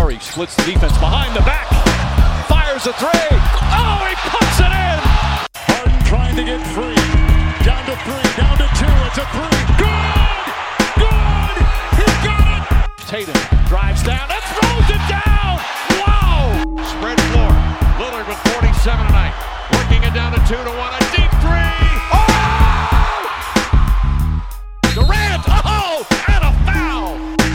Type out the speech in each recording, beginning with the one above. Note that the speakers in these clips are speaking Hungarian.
Murray splits the defense behind the back. Fires a three. Oh, he puts it in. Harden trying to get free. Down to three, down to two. It's a three. Good! Good! He got it! Tatum drives down and throws it down. Wow! Spread floor. Lillard with 47 tonight. Working it down to 2-1. A deep three. Oh! Durant. Oh! And a foul.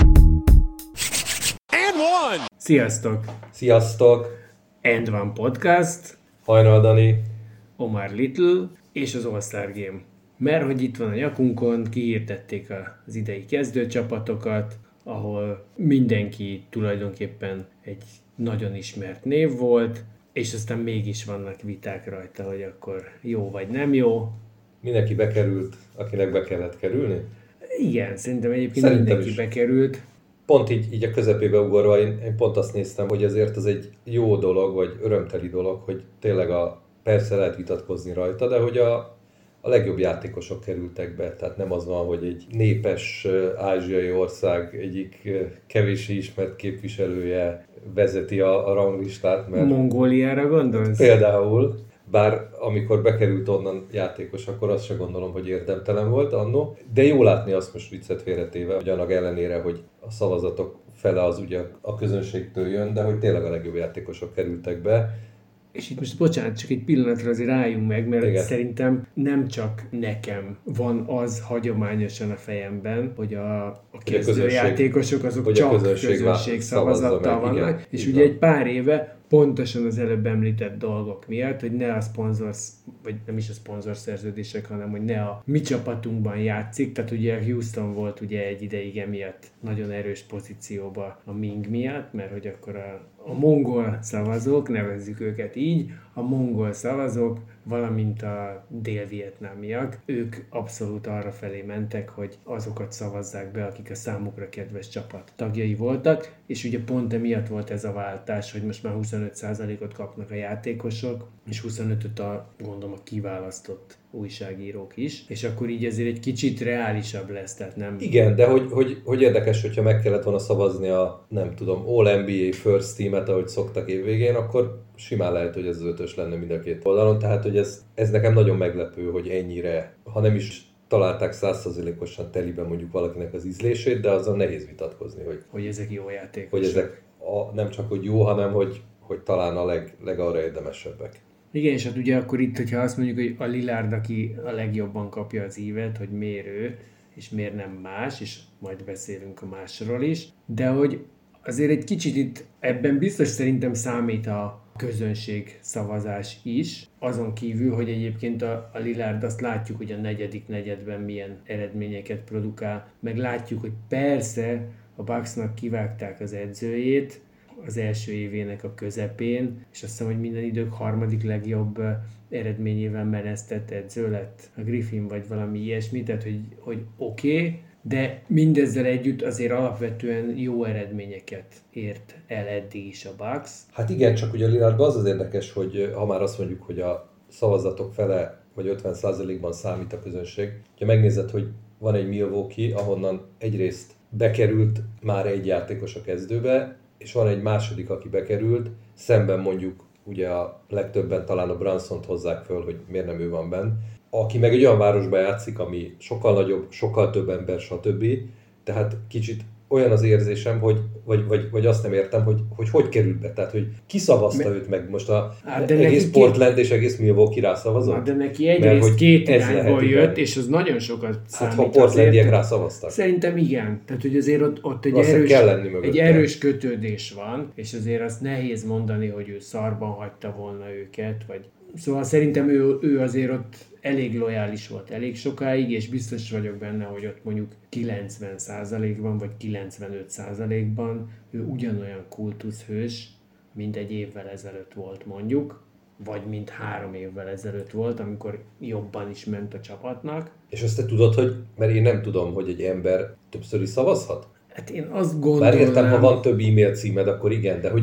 And one. Sziasztok! Sziasztok! End One Podcast, Hajnal Dani. Omar Little és az All-Star Game. Mert hogy itt van a nyakunkon, kihirdették az idei kezdőcsapatokat, ahol mindenki tulajdonképpen egy nagyon ismert név volt, és aztán mégis vannak viták rajta, hogy akkor jó vagy nem jó. Mindenki bekerült, akinek be kellett kerülni? Igen, szerintem egyébként mindenki bekerült. Pont így a közepébe ugorva, én pont azt néztem, hogy azért az egy jó dolog, vagy örömteli dolog, hogy tényleg persze lehet vitatkozni rajta, de hogy a legjobb játékosok kerültek be. Tehát nem az van, hogy egy népes ázsiai ország egyik kevéssé ismert képviselője vezeti a ranglistát. Mert Mongóliára gondolsz? Például, bár amikor bekerült onnan játékos, akkor azt se gondolom, hogy érdemtelen volt annó. De jó látni azt, most viccet félretéve, hogy annak ellenére, hogy a szavazatok fele az ugye a közönségtől jön, de hogy tényleg a legjobb játékosok kerültek be. És itt most bocsánat, csak egy pillanatra azért álljunk meg, mert igen, szerintem nem csak nekem van az hagyományosan a fejemben, hogy a kezdőjátékosok azok csak közönség szavazattal vannak, igen, és ugye egy pár éve pontosan az előbb említett dolgok miatt, hogy ne a vagy nem is a szponzorszerződések, hanem hogy ne a mi csapatunkban játszik, tehát ugye Houston volt ugye egy ideig emiatt nagyon erős pozícióban a Ming miatt, mert hogy akkor a mongol szavazók, nevezzük őket így, a mongol szavazók, valamint a dél-vietnámiak, ők abszolút arra felé mentek, hogy azokat szavazzák be, akik a számukra kedves csapat tagjai voltak, és ugye pont emiatt volt ez a váltás, hogy most már 25%-ot kapnak a játékosok, és 25-öt gondolom a kiválasztott újságírók is, és akkor így azért egy kicsit reálisabb lesz, tehát nem... Igen, de hogy érdekes, hogyha meg kellett volna szavazni a, nem tudom, All-NBA First Team-et, ahogy szoktak évvégén, akkor simán lehet, hogy ez az ötös lenne mind a két oldalon, tehát hogy ez nekem nagyon meglepő, hogy ennyire, ha nem is találták 100%-osan teliben mondjuk valakinek az ízlését, de azzal nehéz vitatkozni, hogy ezek jó játékosok. Hogy ezek nem csak hogy jó, hanem hogy talán a legarra érdemesebbek. Igen, és hát ugye akkor itt, hogyha azt mondjuk, hogy a Lillard, aki a legjobban kapja az ívet, hogy miért ő, és miért nem más, és majd beszélünk a másról is, de hogy azért egy kicsit itt ebben biztos szerintem számít a közönség szavazás is, azon kívül, hogy egyébként a Lillard azt látjuk, hogy a negyedik negyedben milyen eredményeket produkál, meg látjuk, hogy persze a Bucksnak kivágták az edzőjét az első évének a közepén, és azt hiszem, hogy minden idők harmadik legjobb eredményével menesztett edző lett a Griffin, vagy valami ilyesmi, tehát hogy oké, de mindezzel együtt azért alapvetően jó eredményeket ért el eddig is a Bucks. Hát igen, csak ugye a Lillardban az érdekes, hogy ha már azt mondjuk, hogy a szavazatok fele vagy 50%-ban számít a közönség, ha megnézed, hogy van egy Milwaukee, ahonnan egyrészt bekerült már egy játékos a kezdőbe, és van egy második, aki bekerült, szemben mondjuk ugye a legtöbben talán a Brunsont hozzák föl, hogy miért nem ő van benn, aki meg egy olyan városban játszik, ami sokkal nagyobb, sokkal több ember, stb. Tehát kicsit olyan az érzésem, vagy azt nem értem, hogy került be. Tehát, hogy ki szavazta őt meg most egész Portland és egész Milwaukee rászavazott? De neki egyrészt két irányból jött, és az nagyon sokat számít. Hát ha Portlandiek rászavaztak. Szerintem igen. Tehát, hogy azért ott egy erős kötődés van, és azért azt nehéz mondani, hogy ő szarban hagyta volna őket, vagy... Szóval szerintem ő azért ott elég lojális volt elég sokáig, és biztos vagyok benne, hogy ott mondjuk 90%-ban vagy 95%-ban ő ugyanolyan kultuszhős, mint egy évvel ezelőtt volt mondjuk, vagy mint 3 évvel ezelőtt volt, amikor jobban is ment a csapatnak. És azt te tudod, hogy, mert én nem tudom, hogy egy ember többször is szavazhat? Hát én azt gondolom... Bár értem, ha van több e-mail címed, akkor igen, de hogy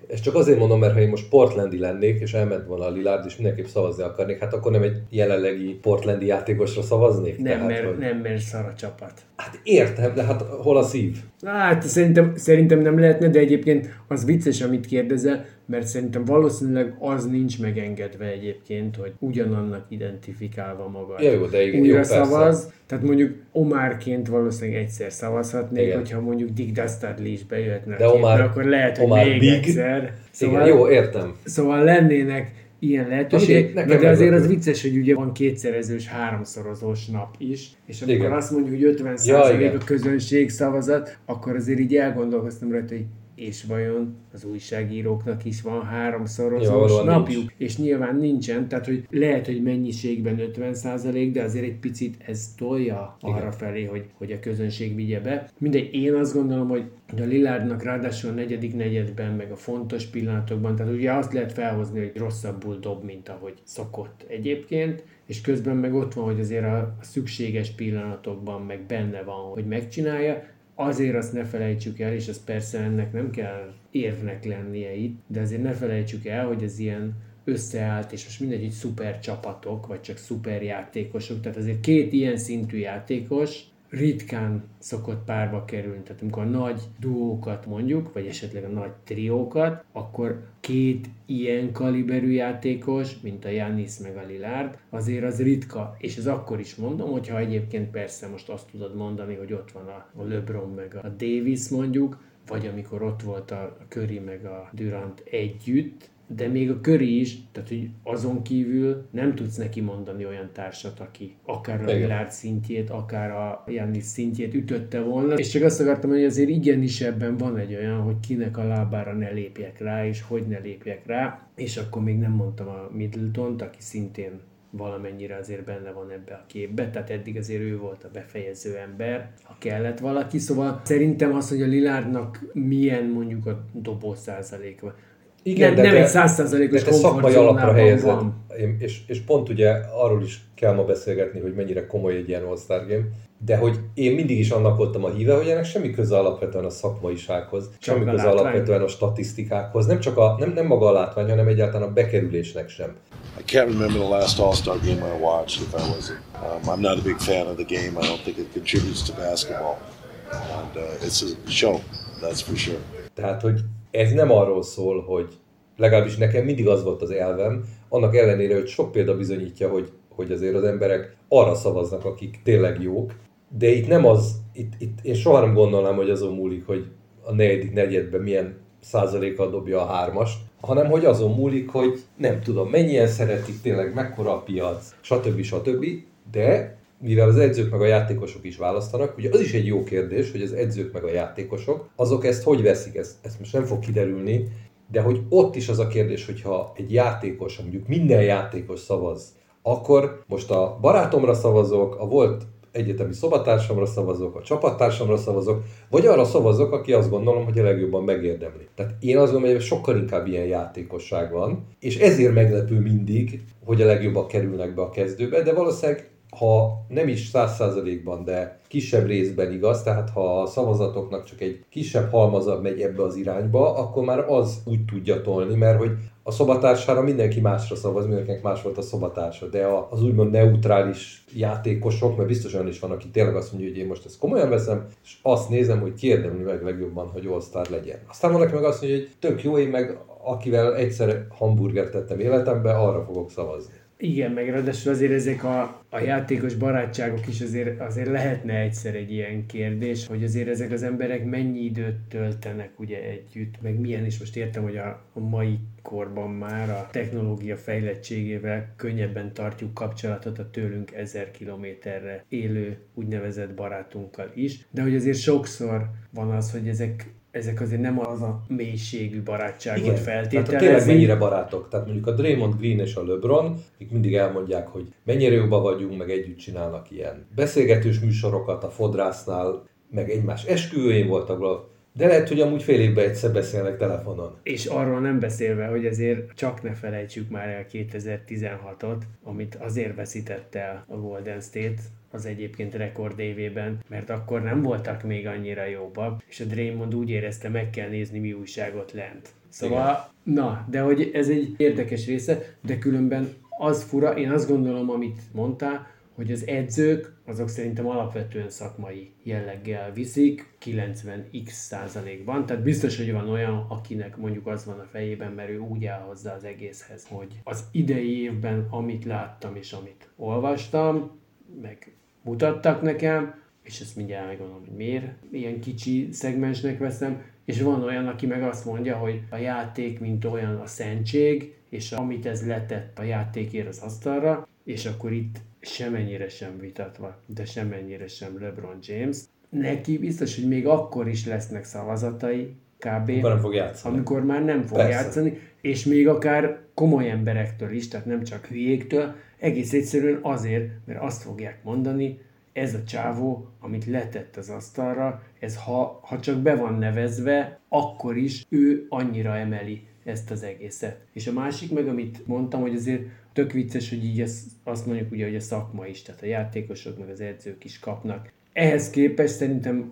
Ezt csak azért mondom, mert ha én most portlandi lennék, és elment volna a Lillard, és mindenképp szavazni akarnék, hát akkor nem egy jelenlegi portlandi játékosra szavaznék? Nem, mert szar a csapat. Hát értem, de hát hol a szív? Hát szerintem nem lehetne, de egyébként az vicces, amit kérdezel, mert szerintem valószínűleg az nincs megengedve egyébként, hogy ugyanannak identifikálva magad. Ja, jó, de igen, újra jó, szavaz, tehát mondjuk Omárként valószínűleg egyszer szavazhatnék, igen. hogyha mondjuk Dick Dastardly is bejöhetne de a képbe, Omar, akkor lehet, hogy Omar még Big. egyszer. Szóval, igen, jó, értem. Szóval lennének ilyen lehetőség, de azért az vicces, hogy ugye van kétszerezős, háromszorozós nap is, és amikor igen. azt mondjuk, hogy 50% a közönség szavazat, akkor azért így elgondolkoztam rajta, hogy és vajon az újságíróknak is van háromszorozós napjuk, nincs. És nyilván nincsen, tehát hogy lehet, hogy mennyiségben 50%, de azért egy picit ez tolja arra felé, hogy a közönség vigye be. Mindegy, én azt gondolom, hogy a Lillardnak ráadásul a negyedik negyedben, meg a fontos pillanatokban, tehát ugye azt lehet felhozni, hogy rosszabbul dob, mint ahogy szokott egyébként, és közben meg ott van, hogy azért a szükséges pillanatokban meg benne van, hogy megcsinálja. Azért azt ne felejtsük el, és ez persze ennek nem kell érvnek lennie itt, de azért ne felejtsük el, hogy ez ilyen összeállt, és most mindegy, hogy szuper csapatok, vagy csak szuper játékosok, tehát azért két ilyen szintű játékos ritkán szokott párba kerülni. Tehát amikor a nagy duókat mondjuk, vagy esetleg a nagy triókat, akkor két ilyen kaliberű játékos, mint a Giannis meg a Lillard, azért az ritka. És ez akkor is mondom, hogyha egyébként persze most azt tudod mondani, hogy ott van a LeBron meg a Davis mondjuk, vagy amikor ott volt a Curry meg a Durant együtt, de még a Curry is, tehát hogy azon kívül nem tudsz neki mondani olyan társat, aki akár a Lillard szintjét, akár a Giannis szintjét ütötte volna. És csak azt akartam, hogy azért igenis ebben van egy olyan, hogy kinek a lábára ne lépjek rá, és hogy ne lépjek rá. És akkor még nem mondtam a Middletont, aki szintén valamennyire azért benne van ebbe a képbe, tehát eddig azért ő volt a befejező ember, ha kellett valaki. Szóval szerintem az, hogy a Lillardnak milyen mondjuk a dobó százaléka. Igen, nem egy 100%-os komfortzónában helyezed, és pont ugye arról is kell ma beszélgetni, hogy mennyire komoly egy ilyen All-Star Game, de hogy én mindig is annak voltam a híve, hogy ennek semmi köze alapvetően a szakmaisághoz, semmi köze alapvetően a statisztikákhoz, nem csak nem maga a látvány, hanem egyáltalán a bekerülésnek sem. I can't remember the last All-Star game I watched if I was I'm not a big fan of the game. I don't think it contributes to basketball. And it's a show, that's for sure. Tehát, hogy ez nem arról szól, hogy legalábbis nekem mindig az volt az elvem, annak ellenére, hogy sok példa bizonyítja, hogy azért az emberek arra szavaznak, akik tényleg jók, de itt nem az, itt én soha nem gondolnám, hogy azon múlik, hogy a negyedik negyedben milyen százalékkal dobja a hármast, hanem hogy azon múlik, hogy nem tudom, mennyien szeretik tényleg, mekkora a piac, stb. De mivel az edzők meg a játékosok is választanak, ugye az is egy jó kérdés, hogy az edzők meg a játékosok, azok ezt hogy veszik, ezt most nem fog kiderülni, de hogy ott is az a kérdés, hogyha egy játékos, mondjuk minden játékos szavaz, akkor most a barátomra szavazok, a volt egyetemi szobatársamra szavazok, a csapattársamra szavazok, vagy arra szavazok, aki azt gondolom, hogy a legjobban megérdemli. Tehát én azt gondolom, hogy sokkal inkább ilyen játékosság van, és ezért meglepő mindig, hogy a legjobbak kerülnek be a kezdőbe, de valószínűleg ha nem is 100%-ban, de kisebb részben igaz, tehát ha a szavazatoknak csak egy kisebb halmaza megy ebbe az irányba, akkor már az úgy tudja tolni, mert hogy a szobatársára mindenki másra szavaz, mindenkinek más volt a szobatársa, de az úgymond neutrális játékosok, mert biztos olyan is van, aki tényleg azt mondja, hogy én most ezt komolyan veszem, és azt nézem, hogy kiérdemli meg legjobban, hogy All-Star legyen. Aztán valaki meg azt mondja, hogy tök jó, én meg akivel egyszer hamburgert tettem életembe, arra fogok szavazni. Igen, meg ráadásul azért ezek a játékos barátságok is azért lehetne egyszer egy ilyen kérdés, hogy azért ezek az emberek mennyi időt töltenek ugye együtt, meg milyen, és most értem, hogy a mai korban már a technológia fejlettségével könnyebben tartjuk kapcsolatot a tőlünk 1000 kilométerre élő úgynevezett barátunkkal is, de hogy azért sokszor van az, hogy ezek azért nem az a mélységű barátságot feltételezik. Tehát tényleg mennyire barátok. Tehát mondjuk a Draymond Green és a LeBron, akik mindig elmondják, hogy mennyire jobban vagyunk, meg együtt csinálnak ilyen beszélgetős műsorokat a fodrásznál, meg egymás esküvőjén voltak, De lehet, hogy amúgy fél évben egyszer beszélnek telefonon. És arról nem beszélve, hogy azért csak ne felejtsük már el 2016-ot, amit azért veszített el a Golden State az egyébként rekord évében, mert akkor nem voltak még annyira jobbak, és a Draymond úgy érezte, meg kell nézni, mi újságot lent. Szóval, na, de hogy ez egy érdekes része, de különben az fura, én azt gondolom, amit mondtál, hogy az edzők, azok szerintem alapvetően szakmai jelleggel viszik, 90x%-ban, tehát biztos, hogy van olyan, akinek mondjuk az van a fejében, mert ő úgy áll hozzá az egészhez, hogy az idei évben, amit láttam és amit olvastam, meg mutattak nekem, és ezt mindjárt megmondom, hogy miért ilyen kicsi szegmensnek veszem, és van olyan, aki meg azt mondja, hogy a játék, mint olyan a szentség, és amit ez letett a játékért az asztalra, és akkor itt semennyire sem vitatva, de semennyire sem LeBron James. Neki biztos, hogy még akkor is lesznek szavazatai, kb. Amikor nem fog játszani. Amikor már nem fog játszani, és még akár komoly emberektől is, tehát nem csak hülyéktől, egész egyszerűen azért, mert azt fogják mondani, ez a csávó, amit letett az asztalra, ez ha csak be van nevezve, akkor is ő annyira emeli ezt az egészet. És a másik meg, amit mondtam, hogy azért tök vicces, hogy így azt mondjuk ugye, hogy a szakma is, tehát a játékosok meg az edzők is kapnak. Ehhez képest szerintem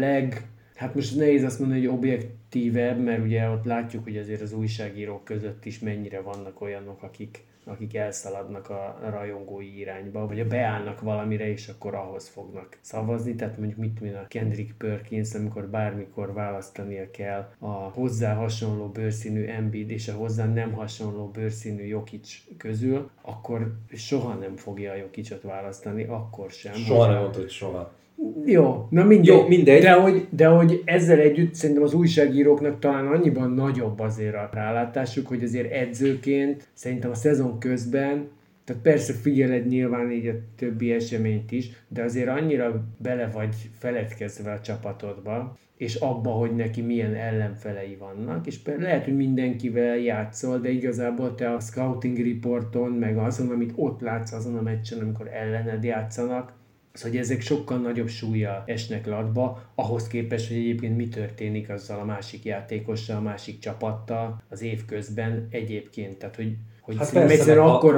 hát most nehéz azt mondani, hogy objektívebb, mert ugye ott látjuk, hogy azért az újságírók között is mennyire vannak olyanok, akik elszaladnak a rajongói irányba, vagy beállnak valamire, és akkor ahhoz fognak szavazni. Tehát mondjuk mit a Kendrick Perkins, amikor bármikor választania kell a hozzá hasonló bőrszínű Embiid és a hozzá nem hasonló bőrszínű Jokic közül, akkor soha nem fogja a Jokicot választani, akkor sem. Soha nem mondta, hogy soha. Jó, na mindegy. De hogy ezzel együtt szerintem az újságíróknak talán annyiban nagyobb azért a rálátásuk, hogy azért edzőként szerintem a szezon közben, tehát persze figyeled nyilván így a többi eseményt is, de azért annyira bele vagy feledkezve a csapatodba, és abba, hogy neki milyen ellenfelei vannak, és lehet, hogy mindenkivel játszol, de igazából te a scouting reporton, meg azon, amit ott látsz azon a meccsen, amikor ellened játszanak, szóval, hogy ezek sokkal nagyobb súlya esnek latba, ahhoz képest, hogy egyébként mi történik azzal a másik játékossal, a másik csapattal az év közben egyébként. Tehát, hogy hát persze,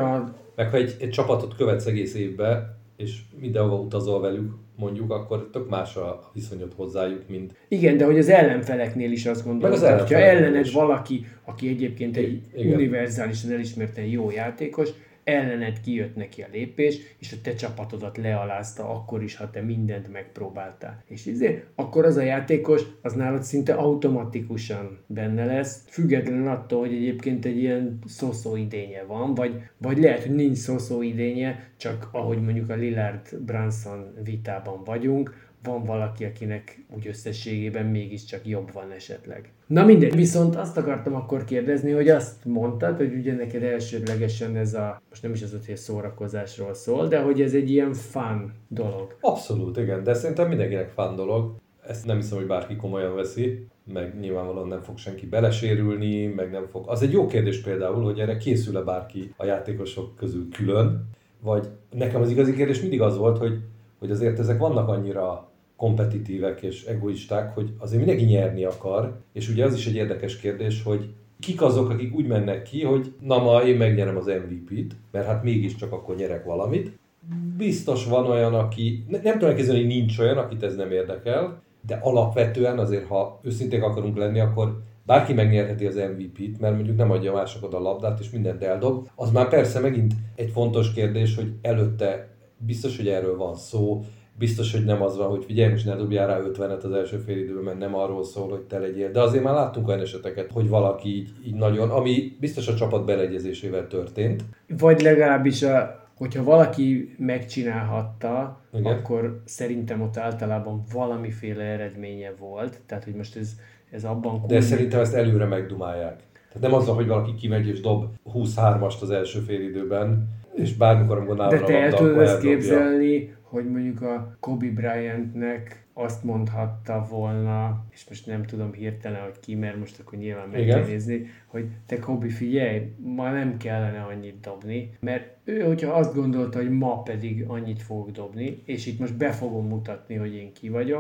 meg ha egy csapatot követsz egész évben, és mindenhova utazol velük, mondjuk, akkor tök más a viszonyod hozzájuk, mint... Igen, de hogy az ellenfeleknél is azt gondolom, hogy ha ellened valaki, aki egyébként egy univerzálisan elismerten jó játékos, ellened kijött neki a lépés, és a te csapatodat lealázta akkor is, ha te mindent megpróbáltál. És ezért akkor az a játékos, az nálad szinte automatikusan benne lesz, függetlenül attól, hogy egyébként egy ilyen szoszó idénye van, vagy lehet, hogy nincs szoszó idénye, csak ahogy mondjuk a Lillard-Brunson vitában vagyunk, van valaki, akinek úgy összességében mégiscsak jobb van esetleg. Na mindegy, viszont azt akartam akkor kérdezni, hogy azt mondtad, hogy ugye neked elsődlegesen ez most nem is az, hogy szórakozásról szól, de hogy ez egy ilyen fun dolog. Abszolút, igen, de szerintem mindenkinek fun dolog. Ezt nem hiszem, hogy bárki komolyan veszi, meg nyilvánvalóan nem fog senki belesérülni, meg nem fog... Az egy jó kérdés például, hogy erre készül-e bárki a játékosok közül külön, vagy nekem az igazi kérdés mindig az volt, hogy azért ezek vannak annyira kompetitívek és egoisták, hogy azért mindenki nyerni akar, és ugye az is egy érdekes kérdés, hogy kik azok, akik úgy mennek ki, hogy na ma én megnyerem az MVP-t, mert hát mégiscsak akkor nyerek valamit. Biztos van olyan, aki, nem tudom elképzelni, hogy nincs olyan, akit ez nem érdekel, de alapvetően azért, ha őszinték akarunk lenni, akkor bárki megnyerheti az MVP-t, mert mondjuk nem adja másokod a labdát, és mindent eldob. Az már persze megint egy fontos kérdés, hogy előtte biztos, hogy erről van szó, biztos, hogy nem az van, hogy figyelj, most ne dobjál rá 50-et az első fél időben, mert nem arról szól, hogy te legyél. De azért már láttunk olyan eseteket, hogy valaki így nagyon, ami biztos a csapat beleegyezésével történt. Vagy legalábbis, hogyha valaki megcsinálhatta, igen, akkor szerintem ott általában valamiféle eredménye volt. Tehát, hogy most ez abban... De szerintem ezt előre megdumálják. Tehát nem az van, hogy valaki kimegy és dob 23-ast az első fél időben, és bármikor, amikor nála de te el tudod ezt képzelni, hogy mondjuk a Kobe Bryantnek azt mondhatta volna, és most nem tudom hirtelen, hogy ki, mert most akkor nyilván meg kell nézni, hogy te Kobe, figyelj, ma nem kellene annyit dobni, mert ő, hogyha azt gondolta, hogy ma pedig annyit fogok dobni, és itt most be fogom mutatni, hogy én ki vagyok,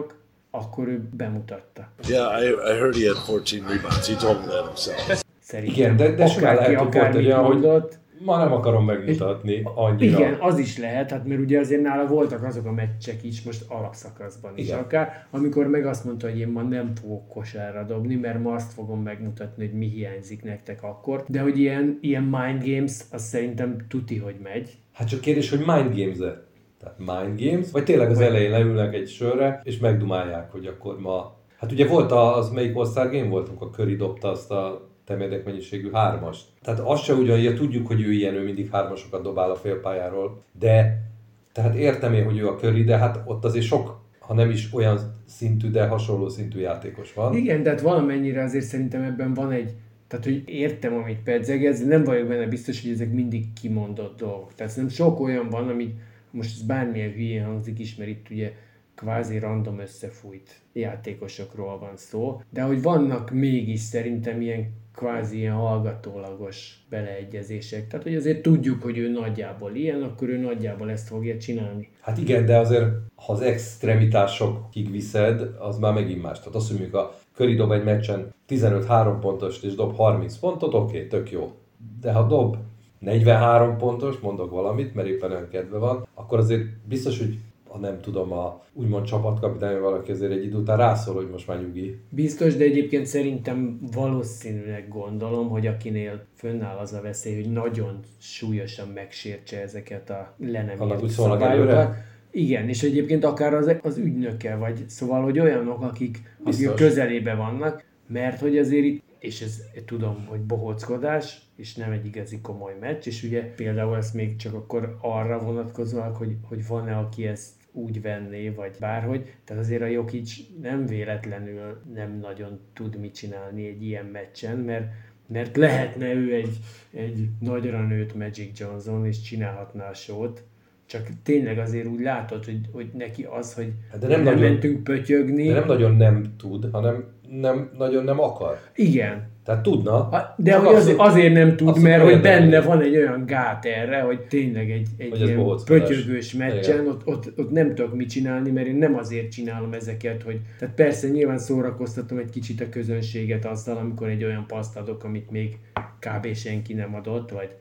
akkor ő bemutatta. Yeah, I heard he had 14 rebounds. He told me that himself. Igen, de simán lehet, hogy volt egy olyan, hogy ma nem akarom megmutatni annyira. Igen, az is lehet, hát mert ugye azért nála voltak azok a meccsek is most alapszakaszban is akár, amikor meg azt mondta, hogy én ma nem fogok kosárra dobni, mert ma azt fogom megmutatni, hogy mi hiányzik nektek akkor. De hogy ilyen mind games, az szerintem tuti, hogy megy. Hát csak kérdés, hogy mind games-e? Tehát mind games, vagy tényleg az elején leülnek egy sörre, és megdumálják, hogy akkor ma... Hát ugye volt az melyik All-Star Game volt, amikor Curry dobta azt a temérdek mennyiségű 3-ast. Tehát azt se ugyan, tudjuk, hogy ő ilyen, ő mindig 3-asokat dobál a félpályáról, de tehát értem én, hogy ő a Curry, de hát ott azért sok, ha nem is olyan szintű, de hasonló szintű játékos van. Igen, tehát valamennyire azért szerintem ebben van egy, tehát hogy értem, amit pedzegez, de nem vagyok benne biztos, hogy ezek mindig kimondott dolgok. Tehát nem sok olyan van, amit most ez bármilyen hülyén hangzik is, mert itt ugye kvázi random összefújt játékosokról van szó, de hogy vannak mégis szerintem kvázi ilyen hallgatólagos beleegyezések. Tehát, hogy azért tudjuk, hogy ő nagyjából ilyen, akkor ő nagyjából ezt fogja csinálni. Hát igen, de azért, ha az extremitásokig viszed, az már megint más. Tehát azt, hogy mondjuk a Curry dob egy meccsen 15-3 pontost és dob 30 pontot, oké, tök jó. De ha dob 43 pontos, mondok valamit, mert éppen olyan kedve van, akkor azért biztos, hogy ha nem tudom, a úgymond csapatkapitány valaki azért egy idő után rászól, hogy most már nyugi. Biztos, de egyébként szerintem valószínűleg gondolom, hogy akinél fönnáll az a veszély, hogy nagyon súlyosan megsértse ezeket a le nem ért szabályokat. Igen, és egyébként akár az ügynöke, vagy szóval, hogy olyanok, akik közelébe vannak, mert hogy azért itt, és ez tudom, hogy bohóckodás, és nem egy igazi komoly meccs, és ugye például ezt még csak akkor arra vonatkozóak, hogy van-e, aki ezt úgy venné, vagy bárhogy. Tehát azért a Jokic nem véletlenül nem nagyon tud mit csinálni egy ilyen meccsen, mert lehetne ő egy nagyra nőtt Magic Johnson, és csinálhatná a show-t. Csak tényleg azért úgy látod, hogy neki az, hogy de nem nagyon, mentünk pötyögni. De nem nagyon nem tud, hanem nem nagyon nem akar. Igen. Tehát tudna. De hogy azért nem tud, mert hogy benne van egy olyan gát erre, hogy tényleg egy ilyen pötyögős meccsen, ott nem tudok mit csinálni, mert én nem azért csinálom ezeket, hogy... Tehát persze nyilván szórakoztatom egy kicsit a közönséget azzal, amikor egy olyan paszt adok, amit még kb. Senki nem adott, vagy...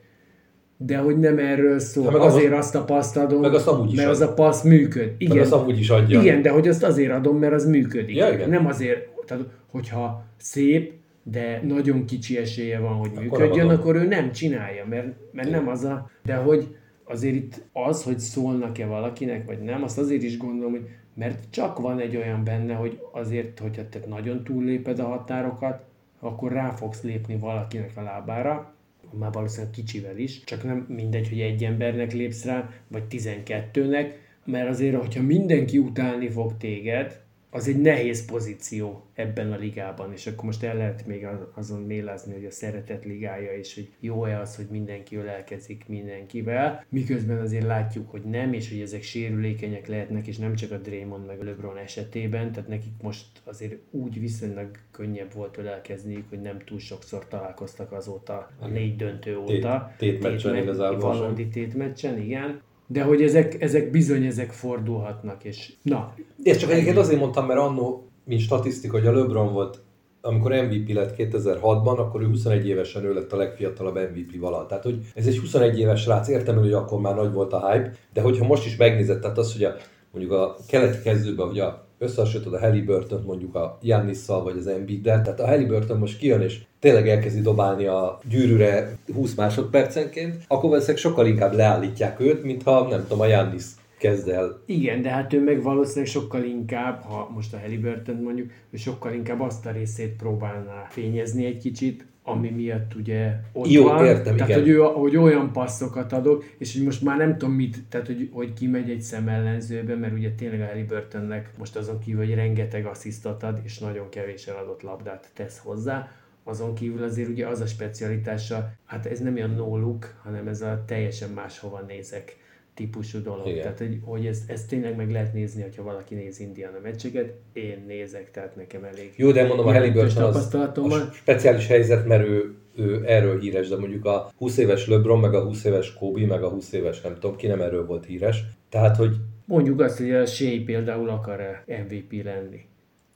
De hogy nem erről szól, azért azt a paszt adom, mert az a passz működik. Igen, meg azt amúgy is adja. Igen, de hogy azt azért adom, mert az működik. Ja, igen. Nem azért, tehát, hogyha szép, de nagyon kicsi esélye van, hogy működjön, akkor ő nem csinálja, mert nem az a... De hogy azért itt az, hogy szólnak-e valakinek, vagy nem, azt azért is gondolom, hogy mert csak van egy olyan benne, hogy azért, hogyha te nagyon túlléped a határokat, akkor rá fogsz lépni valakinek a lábára, már valószínűleg kicsivel is, csak nem mindegy, hogy egy embernek lépsz rá, vagy 12-nek, mert azért, hogyha mindenki utálni fog téged, az egy nehéz pozíció ebben a ligában, és akkor most el lehet még azon mélázni, hogy a szeretet ligája, és hogy jó-e az, hogy mindenki ölelkezik mindenkivel, miközben azért látjuk, hogy nem, és hogy ezek sérülékenyek lehetnek, és nem csak a Draymond meg a LeBron esetében, tehát nekik most azért úgy viszonylag könnyebb volt ölelkezniük, hogy nem túl sokszor találkoztak azóta, a 4 döntő óta. Tétmeccsen igazából. Valódi tétmeccsen, igen. De hogy ezek bizony fordulhatnak, és na. És csak egyébként azért mondtam, mert annó, mint statisztika, hogy a LeBron volt, amikor MVP lett 2006-ban, akkor ő 21 évesen ő lett a legfiatalabb MVP valaha. Tehát, hogy ez egy 21 éves srác, értem, hogy akkor már nagy volt a hype, de hogyha most is megnézed, tehát az, hogy mondjuk a keleti kezdőben, hogy összehasonlítod a Haliburtont mondjuk a Giannisszal vagy az Embiiddel, tehát a Haliburton most kijön és tényleg elkezdi dobálni a gyűrűre 20 másodpercenként, akkor valószínűleg sokkal inkább leállítják őt, mintha nem tudom, a Giannis kezd el. Igen, de hát ő meg valószínűleg sokkal inkább, ha most a Haliburtont mondjuk, ő sokkal inkább azt a részét próbálná fényezni egy kicsit, ami miatt ugye ott jó, van. Értem, tehát, igen. Hogy olyan passzokat adok, és hogy most már nem tudom mit, tehát hogy kimegy egy szemellenzőbe, mert ugye tényleg a Haliburtonnek most azon kívül, hogy rengeteg asszisztot ad, és nagyon kevés eladott labdát tesz hozzá, azon kívül azért ugye az a specialitása, hát ez nem olyan no look, hanem ez a teljesen máshova nézek típusú dolog. Igen. Tehát, hogy ezt tényleg meg lehet nézni, hogyha valaki néz Indiana meccseket, én nézek, tehát nekem elég. Jó, de mondom, a Haliburton az a speciális helyzet, mert ő erről híres, de mondjuk a 20 éves LeBron, meg a 20 éves Kobe, meg a 20 éves nem tudom ki nem erről volt híres. Tehát, hogy... Mondjuk azt, hogy a Shea például akar MVP lenni.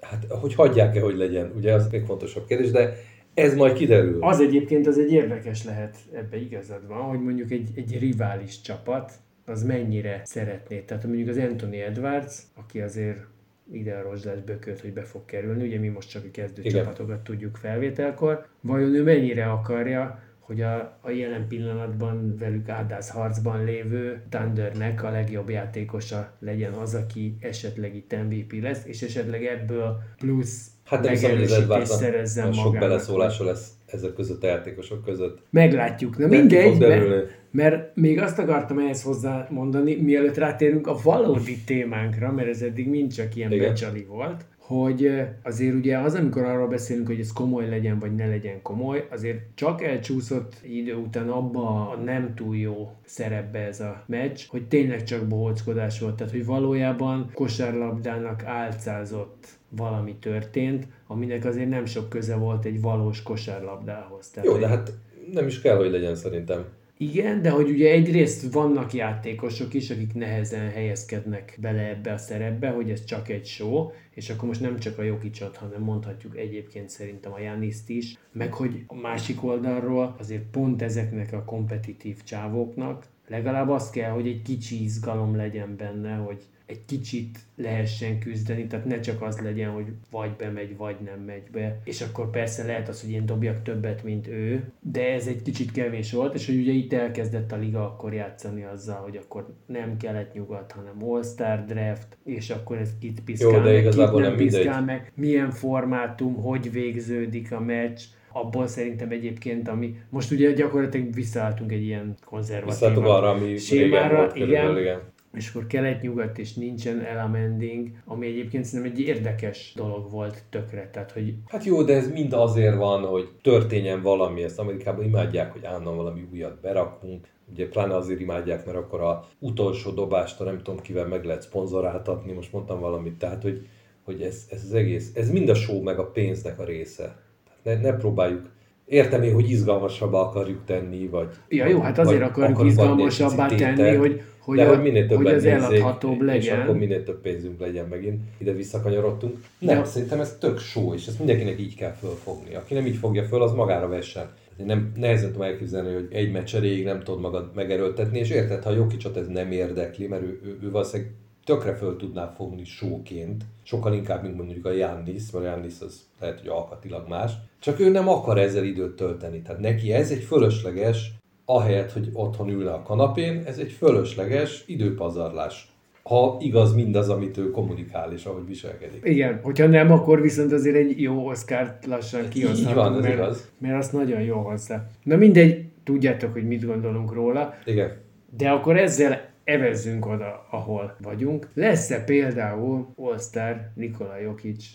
Hát, hogy hagyják-e, hogy legyen, ugye az még fontosabb kérdés, de ez majd kiderül. Az egyébként az egy érdekes lehet, ebbe igazad van, hogy mondjuk egy rivális csapat, az mennyire szeretné. Tehát mondjuk az Anthony Edwards, aki azért ide a rozsdás bököt, hogy be fog kerülni, ugye mi most csak a kezdő csapatokat tudjuk felvételkor, vajon ő mennyire akarja, hogy a jelen pillanatban velük áldász harcban lévő Thundernek a legjobb játékosa legyen az, aki esetleg itt MVP lesz, és esetleg ebből plusz megerősítést szerezzen magának. Sok beleszólása lesz ezek között a játékosok között. Meglátjuk. Na mindegy, mert még azt akartam ehhez hozzá mondani, mielőtt rátérünk a valódi témánkra, mert ez eddig mind csak ilyen becsali volt, hogy azért ugye az, amikor arról beszélünk, hogy ez komoly legyen, vagy ne legyen komoly, azért csak elcsúszott idő után abba a nem túl jó szerepbe ez a meccs, hogy tényleg csak bohóckodás volt, tehát hogy valójában kosárlabdának álcázott valami történt, aminek azért nem sok köze volt egy valós kosárlabdához. Tehát, jó, de hát nem is kell, hogy legyen szerintem. Igen, de hogy ugye egyrészt vannak játékosok is, akik nehezen helyezkednek bele ebbe a szerepbe, hogy ez csak egy show, és akkor most nem csak a Jokicot, hanem mondhatjuk egyébként szerintem a Gianniszt is, meg hogy a másik oldalról azért pont ezeknek a kompetitív csávóknak legalább azt kell, hogy egy kicsi izgalom legyen benne, hogy egy kicsit lehessen küzdeni, tehát ne csak az legyen, hogy vagy bemegy, vagy nem megy be. És akkor persze lehet az, hogy én dobjak többet, mint ő, de ez egy kicsit kevés volt, és hogy ugye itt elkezdett a liga akkor játszani azzal, hogy akkor nem kelet-nyugat, hanem All-Star draft, és akkor ez kit piszkál meg, kit nem piszkál meg, milyen formátum, hogy végződik a meccs. Abból szerintem egyébként, ami most ugye gyakorlatilag visszaálltunk egy ilyen konzervatív sémára, igen. És akkor kelet-nyugat és nincsen elamending, ami egyébként szerintem egy érdekes dolog volt tökre. Tehát, hogy... Hát jó, de ez mind azért van, hogy történjen valami, ezt Amerikában imádják, hogy állandóan valami újat berakunk. Ugye pláne azért imádják, mert akkor az utolsó dobást, nem tudom kivel meg lehet szponzoráltatni, most mondtam valamit, tehát hogy ez az egész, ez mind a show meg a pénznek a része. Tehát ne próbáljuk. Értem én, hogy izgalmasabbá akarjuk tenni, vagy... Ja jó, hát azért akarjuk izgalmasabbá tenni, hogy az eladhatóbb legyen. És akkor minél több pénzünk legyen megint. Ide visszakanyarodtunk. Nem, szerintem ez tök show, és ezt mindenkinek így kell fölfogni. Aki nem így fogja föl, az magára vessen. Nem nehezen tudom elképzelni, hogy egy meccs erejéig nem tudod magad megerőltetni, és érted, ha Jokicot ez nem érdekli, mert ő valószínűleg tökre föl tudná fogni showként, sokkal inkább, mint mondjuk a Giannis, mert a Giannis az lehet, hogy alkatilag más. Csak ő nem akar ezzel időt tölteni. Tehát neki ez egy fölösleges, ahelyett, hogy otthon ülne a kanapén, ez egy fölösleges időpazarlás. Ha igaz mindaz, amit ő kommunikál és ahogy viselkedik. Igen, hogyha nem, akkor viszont azért egy jó Oscart lassan kihozhatunk, mert azt nagyon jól hozza. Na mindegy, tudjátok, hogy mit gondolunk róla. Igen. De akkor ezzel evezzünk oda, ahol vagyunk. Lesz-e például All-Star Nikola Jokic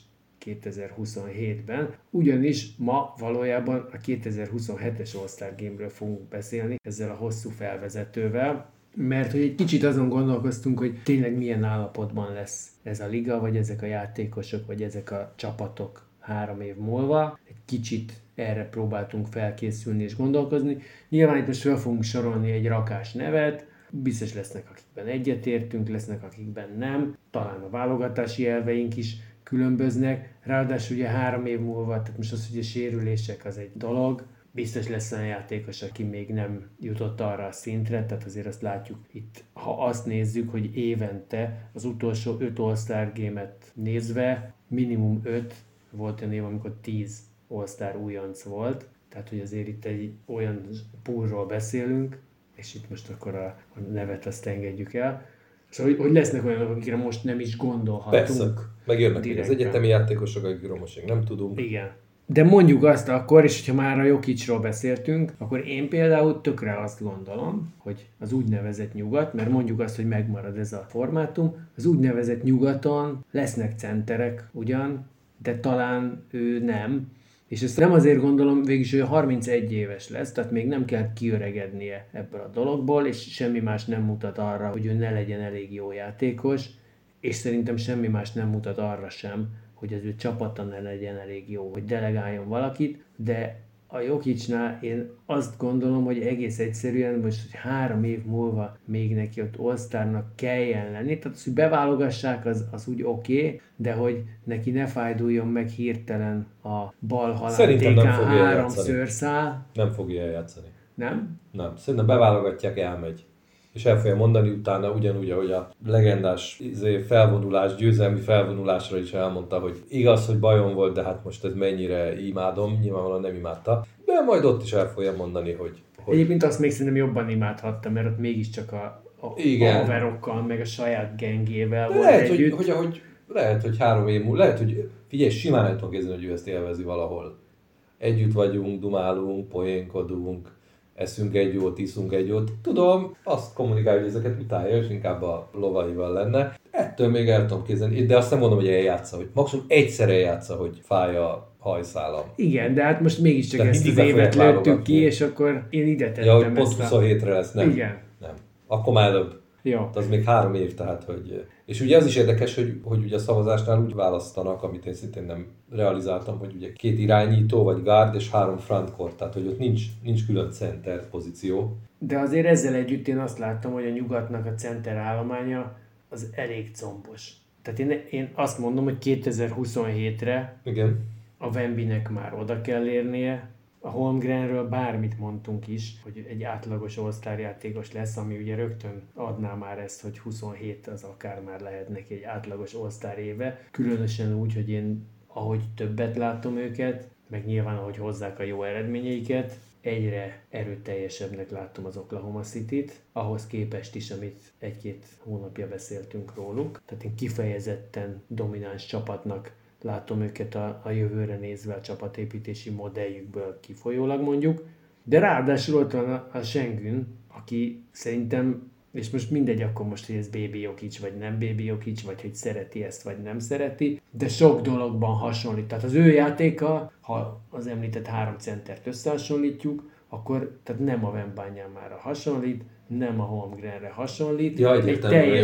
2027-ben, ugyanis ma valójában a 2027-es All-Star Game-ről fogunk beszélni ezzel a hosszú felvezetővel, mert hogy egy kicsit azon gondolkoztunk, hogy tényleg milyen állapotban lesz ez a liga, vagy ezek a játékosok, vagy ezek a csapatok 3 év múlva. Egy kicsit erre próbáltunk felkészülni és gondolkozni. Nyilván itt most fel fogunk sorolni egy rakás nevet, biztos lesznek, akikben egyetértünk, lesznek, akikben nem. Talán a válogatási elveink is különböznek. Ráadásul ugye 3 év múlva, tehát most az, hogy a sérülések az egy dolog, biztos lesz olyan játékos, aki még nem jutott arra a szintre, tehát azért azt látjuk itt, ha azt nézzük, hogy évente az utolsó 5 All-Star Game-et nézve, minimum 5 volt olyan év, amikor 10 All-Star újonc volt, tehát hogy azért itt egy olyan poolról beszélünk, és itt most akkor a nevet azt engedjük el. Szóval, hogy lesznek olyanok, akikre most nem is gondolhatunk. Persze, megjönnek az egyetemi játékosok, akikről most még nem tudunk. Igen. De mondjuk azt akkor, és ha már a Jokicról beszéltünk, akkor én például tökre azt gondolom, hogy az úgynevezett nyugat, mert mondjuk azt, hogy megmarad ez a formátum, az úgynevezett nyugaton lesznek centerek ugyan, de talán ő nem. És ezt nem azért gondolom, végülis ő 31 éves lesz, tehát még nem kell kiöregednie ebből a dologból, és semmi más nem mutat arra, hogy ő ne legyen elég jó játékos, és szerintem semmi más nem mutat arra sem, hogy az ő csapata ne legyen elég jó, hogy delegáljon valakit, de a Jokicnál én azt gondolom, hogy egész egyszerűen most, hogy 3 év múlva még neki ott All-Starnak kelljen lenni, tehát az, hogy beválogassák, az úgy oké, de hogy neki ne fájduljon meg hirtelen a bal halántékán 3-ször száll. Nem fogja eljátszani. Nem? Nem. Szerintem beválogatják, elmegy. És el fogja mondani utána ugyanúgy, ahogy a legendás felvonulás, győzelmi felvonulásra is elmondta, hogy igaz, hogy bajom volt, de hát most ez mennyire imádom, nyilvánvalóan nem imádta, de majd ott is el fogja mondani, hogy... Egyébként azt még szerintem jobban imádhatta, mert ott mégiscsak a haverokkal, meg a saját gengével volt lehet, együtt. Lehet, hogy 3 év múlva, lehet, hogy figyelj, simán el tudom képzelni, hogy ő ezt élvezi valahol. Együtt vagyunk, dumálunk, poénkodunk, eszünk egy jót, iszunk egy jót. Tudom, azt kommunikálja, hogy ezeket utálja, és inkább a lovaival lenne. Ettől még el tudom képzelni, de azt nem mondom, hogy eljátsza, hogy maximum egyszer eljátsza, hogy fáj a hajszálam. Igen, de hát most mégiscsak ezt az évet lőttük ki, és akkor én ide tettem ja, hogy pont 27-re lesz, nem? Igen. Nem. Akkor már előbb. Jó. Az még 3 év, tehát, hogy... És ugye az is érdekes, hogy ugye a szavazásnál úgy választanak, amit én szintén nem realizáltam, hogy ugye 2 irányító, vagy guard, és 3 frontcourt, tehát hogy ott nincs külön center pozíció. De azért ezzel együtt én azt láttam, hogy a nyugatnak a center állománya az elég combos. Tehát én azt mondom, hogy 2027-re Igen. a Wembynek már oda kell érnie. A Holmgrenről bármit mondtunk is, hogy egy átlagos All-Star játékos lesz, ami ugye rögtön adná már ezt, hogy 27 az akár már lehet neki egy átlagos All-Star éve. Különösen úgy, hogy én ahogy többet látom őket, meg nyilván ahogy hozzák a jó eredményeiket, egyre erőteljesebbnek látom az Oklahoma Cityt, ahhoz képest is, amit 1-2 hónapja beszéltünk róluk. Tehát én kifejezetten domináns csapatnak látom őket a jövőre nézve a csapatépítési modelljükből kifolyólag mondjuk. De ráadásul ott van a Sengun, aki szerintem, és most mindegy akkor most, hogy ez Baby Jokic vagy nem Baby Jokic, vagy hogy szereti ezt vagy nem szereti, de sok dologban hasonlít. Tehát az ő játéka, ha az említett 3 centert összehasonlítjuk, akkor tehát nem a Wembanyámára hasonlít, nem a Holmgrenre hasonlít. Ja, egy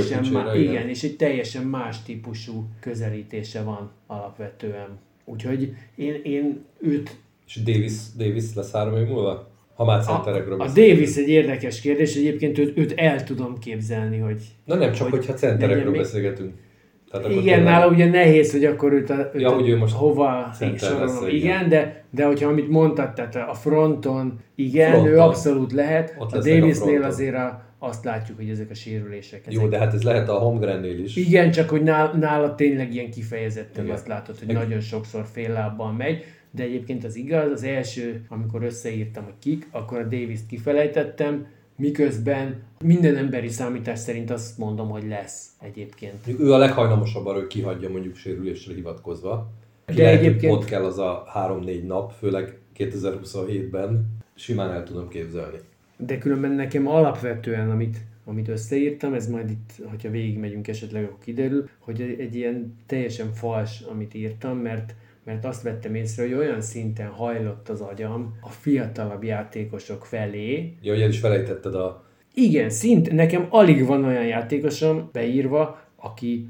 teljesen más típusú közelítése van alapvetően. Úgyhogy én őt... És Davis lesz 3 év múlva? Ha már centerekről beszélünk. A Davis egy érdekes kérdés, egyébként őt el tudom képzelni, hogy... Na nem, csak hogyha centerekről beszélgetünk. Tehát igen, nála ugye nehéz, hogy akkor őt hogy ő most hova sorolom. Igen, de hogyha amit mondtad, tehát a fronton, ő abszolút lehet. A Davisnél azért azt látjuk, hogy ezek a sérülések. Jó, de hát ez lehet a Holmgrennél is. Igen, csak hogy nála tényleg ilyen kifejezetten azt látod, hogy nagyon sokszor fél lábbal megy. De egyébként az igaz, az első, amikor összeírtam, hogy kik, akkor a Davist kifelejtettem, miközben minden emberi számítás szerint azt mondom, hogy lesz egyébként. Ő a leghajlamosabb arra, hogy kihagyja mondjuk sérülésre hivatkozva. De lehet, egyébként ott kell az a 3-4 nap, főleg 2027-ben, simán el tudom képzelni. De különben nekem alapvetően, amit összeírtam, ez majd itt, hogyha végigmegyünk esetleg, akkor kiderül, hogy egy ilyen teljesen fals, amit írtam, mert azt vettem észre, hogy olyan szinten hajlott az agyam a fiatalabb játékosok felé. Ja, hogy el is felejtetted a... Igen, nekem alig van olyan játékosom beírva, aki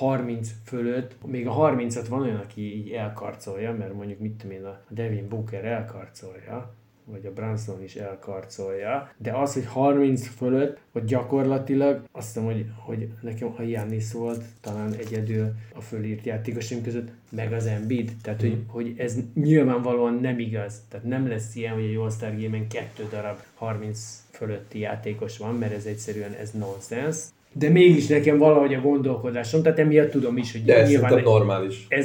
30 fölött, még a 30-at van olyan, aki így elkarcolja, mert mondjuk mit tudom én, a Devin Booker elkarcolja, vagy a Brunson is elkarcolja, de az, hogy 30 fölött, hogy gyakorlatilag azt hiszem, hogy nekem a Giannis volt talán egyedül a fölírt játékosaim között, meg az Embiid, tehát hogy ez nyilvánvalóan nem igaz, tehát nem lesz ilyen, hogy egy All-Star Game-en 2 darab 30 fölötti játékos van, mert ez egyszerűen ez nonsense. De mégis nekem valahogy a gondolkodásom, tehát emiatt tudom is, hogy de nyilván normális. Ez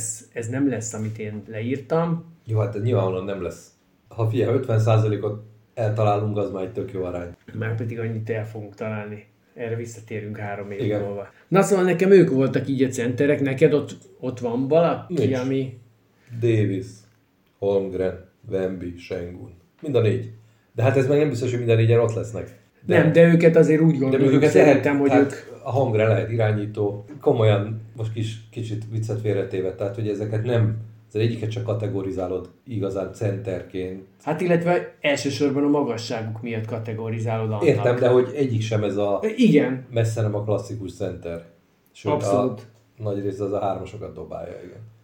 nem lesz, amit én leírtam. Jó, hát nyilvánvalóan nem lesz. Ha figyelj, 50%-ot eltalálunk, az már egy tök jó arány. Már pedig annyit el fogunk találni. Erre visszatérünk 3 év múlva. Na szóval nekem ők voltak így a centerek, neked ott van valaki, ami... Davis, Holmgren, Wemby, Sengun. Mind a 4. De hát ez meg nem biztos, hogy minden 4-en ott lesznek. Nem, de őket azért úgy gondoljuk, szerintem, hogy ők... A Holmgren lehet irányító. Komolyan, most kicsit viccet félretéve, tehát hogy ezeket nem... Az egyiket csak kategorizálod igazán centerként. Hát illetve elsősorban a magasságuk miatt kategorizálod annak. Értem, de hogy egyik sem ez a... Igen. Messze nem a klasszikus center. Sőt, abszolút. A nagy része az a 3-asokat dobálja, igen.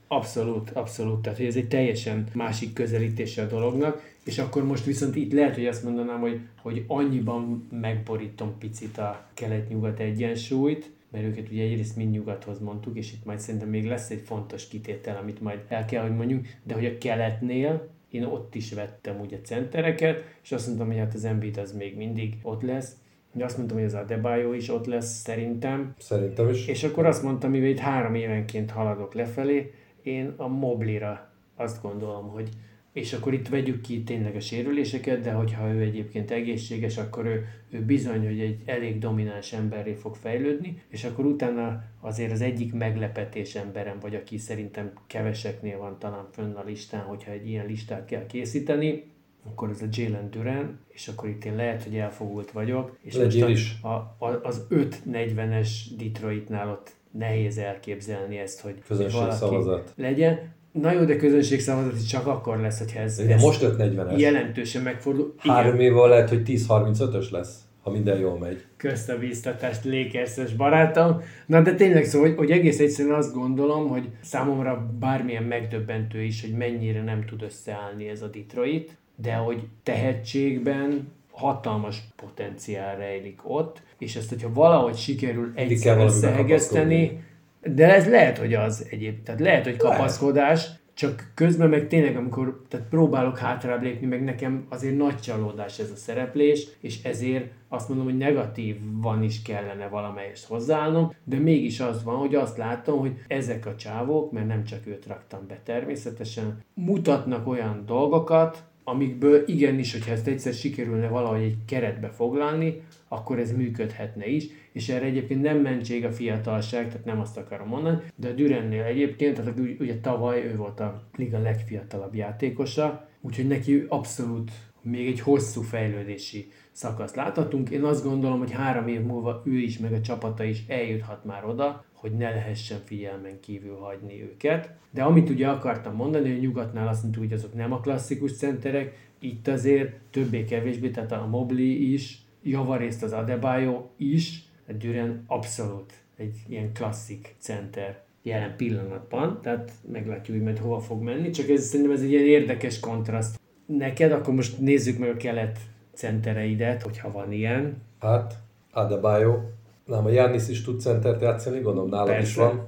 Abszolút. Tehát, hogy ez egy teljesen másik közelítése a dolognak, és akkor most viszont itt lehet, hogy azt mondanám, hogy annyiban megborítom picit a kelet-nyugat egyensúlyt, mert őket ugye egyrészt mind nyugathoz mondtuk, és itt majd szerintem még lesz egy fontos kitétel, amit majd el kell, hogy mondjuk, de hogy a keletnél én ott is vettem ugye centereket, és azt mondtam, hogy hát az Embiid az még mindig ott lesz, de azt mondtam, hogy az Adebayo is ott lesz szerintem. Szerintem is. És akkor azt mondtam, hogy itt 3 évenként haladok lefelé, én a Mobleyra azt gondolom, hogy és akkor itt vegyük ki tényleg a sérüléseket, de hogyha ő egyébként egészséges, akkor ő bizony, hogy egy elég domináns emberré fog fejlődni, és akkor utána azért az egyik meglepetés emberem vagy, aki szerintem keveseknél van talán fönn a listán, hogyha egy ilyen listát kell készíteni, akkor ez a Jalen Duren, és akkor itt én lehet, hogy elfogult vagyok, és most az 5-40-es Detroitnál ott nehéz elképzelni ezt, hogy valaki legyen. Na jó, de közönségszavazat csak akkor lesz, hogyha ez most 5-40-es. Jelentősen megfordul. 3 évvel lehet, hogy 10-35-ös lesz, ha minden jól megy. Közt a bíztatást, Lakers-es barátom. Na de tényleg szóval, hogy egész egyszerűen azt gondolom, hogy számomra bármilyen megdöbbentő is, hogy mennyire nem tud összeállni ez a Detroit, de hogy tehetségben hatalmas potenciál rejlik ott, és ezt, hogyha valahogy sikerül egyszer összehegeszteni, de ez lehet, hogy az egyéb, tehát lehet, hogy kapaszkodás, csak közben meg tényleg, amikor tehát próbálok hátrább lépni, meg nekem azért nagy csalódás ez a szereplés, és ezért azt mondom, hogy negatívan is kellene valamelyest hozzáállnom, de mégis az van, hogy azt látom, hogy ezek a csávók, mert nem csak őt raktam be természetesen, mutatnak olyan dolgokat, amikből igenis, hogyha ezt egyszer sikerülne valahogy egy keretbe foglalni, akkor ez működhetne is, és erre egyébként nem mentség a fiatalság, tehát nem azt akarom mondani, de a Durennél egyébként, tehát ugye tavaly ő volt a liga legfiatalabb játékosa, úgyhogy neki abszolút még egy hosszú fejlődési szakaszt láthatunk. Én azt gondolom, hogy 3 év múlva ő is, meg a csapata is eljuthat már oda, hogy ne lehessen figyelmen kívül hagyni őket. De amit ugye akartam mondani, hogy nyugatnál azt mondtuk, hogy azok nem a klasszikus centerek, itt azért többé-kevésbé, tehát a Mobley is, javarészt az Adebayo is, a Duren abszolút egy ilyen klasszik center jelen pillanatban, tehát meglátjuk, hogy majd hova fog menni, csak szerintem ez egy ilyen érdekes kontraszt. Neked akkor most nézzük meg a kelet centereidet, hogyha van ilyen. Hát, Adebayo, nem, a Giannis is tud centert játszani, gondolom nálam persze. Is van.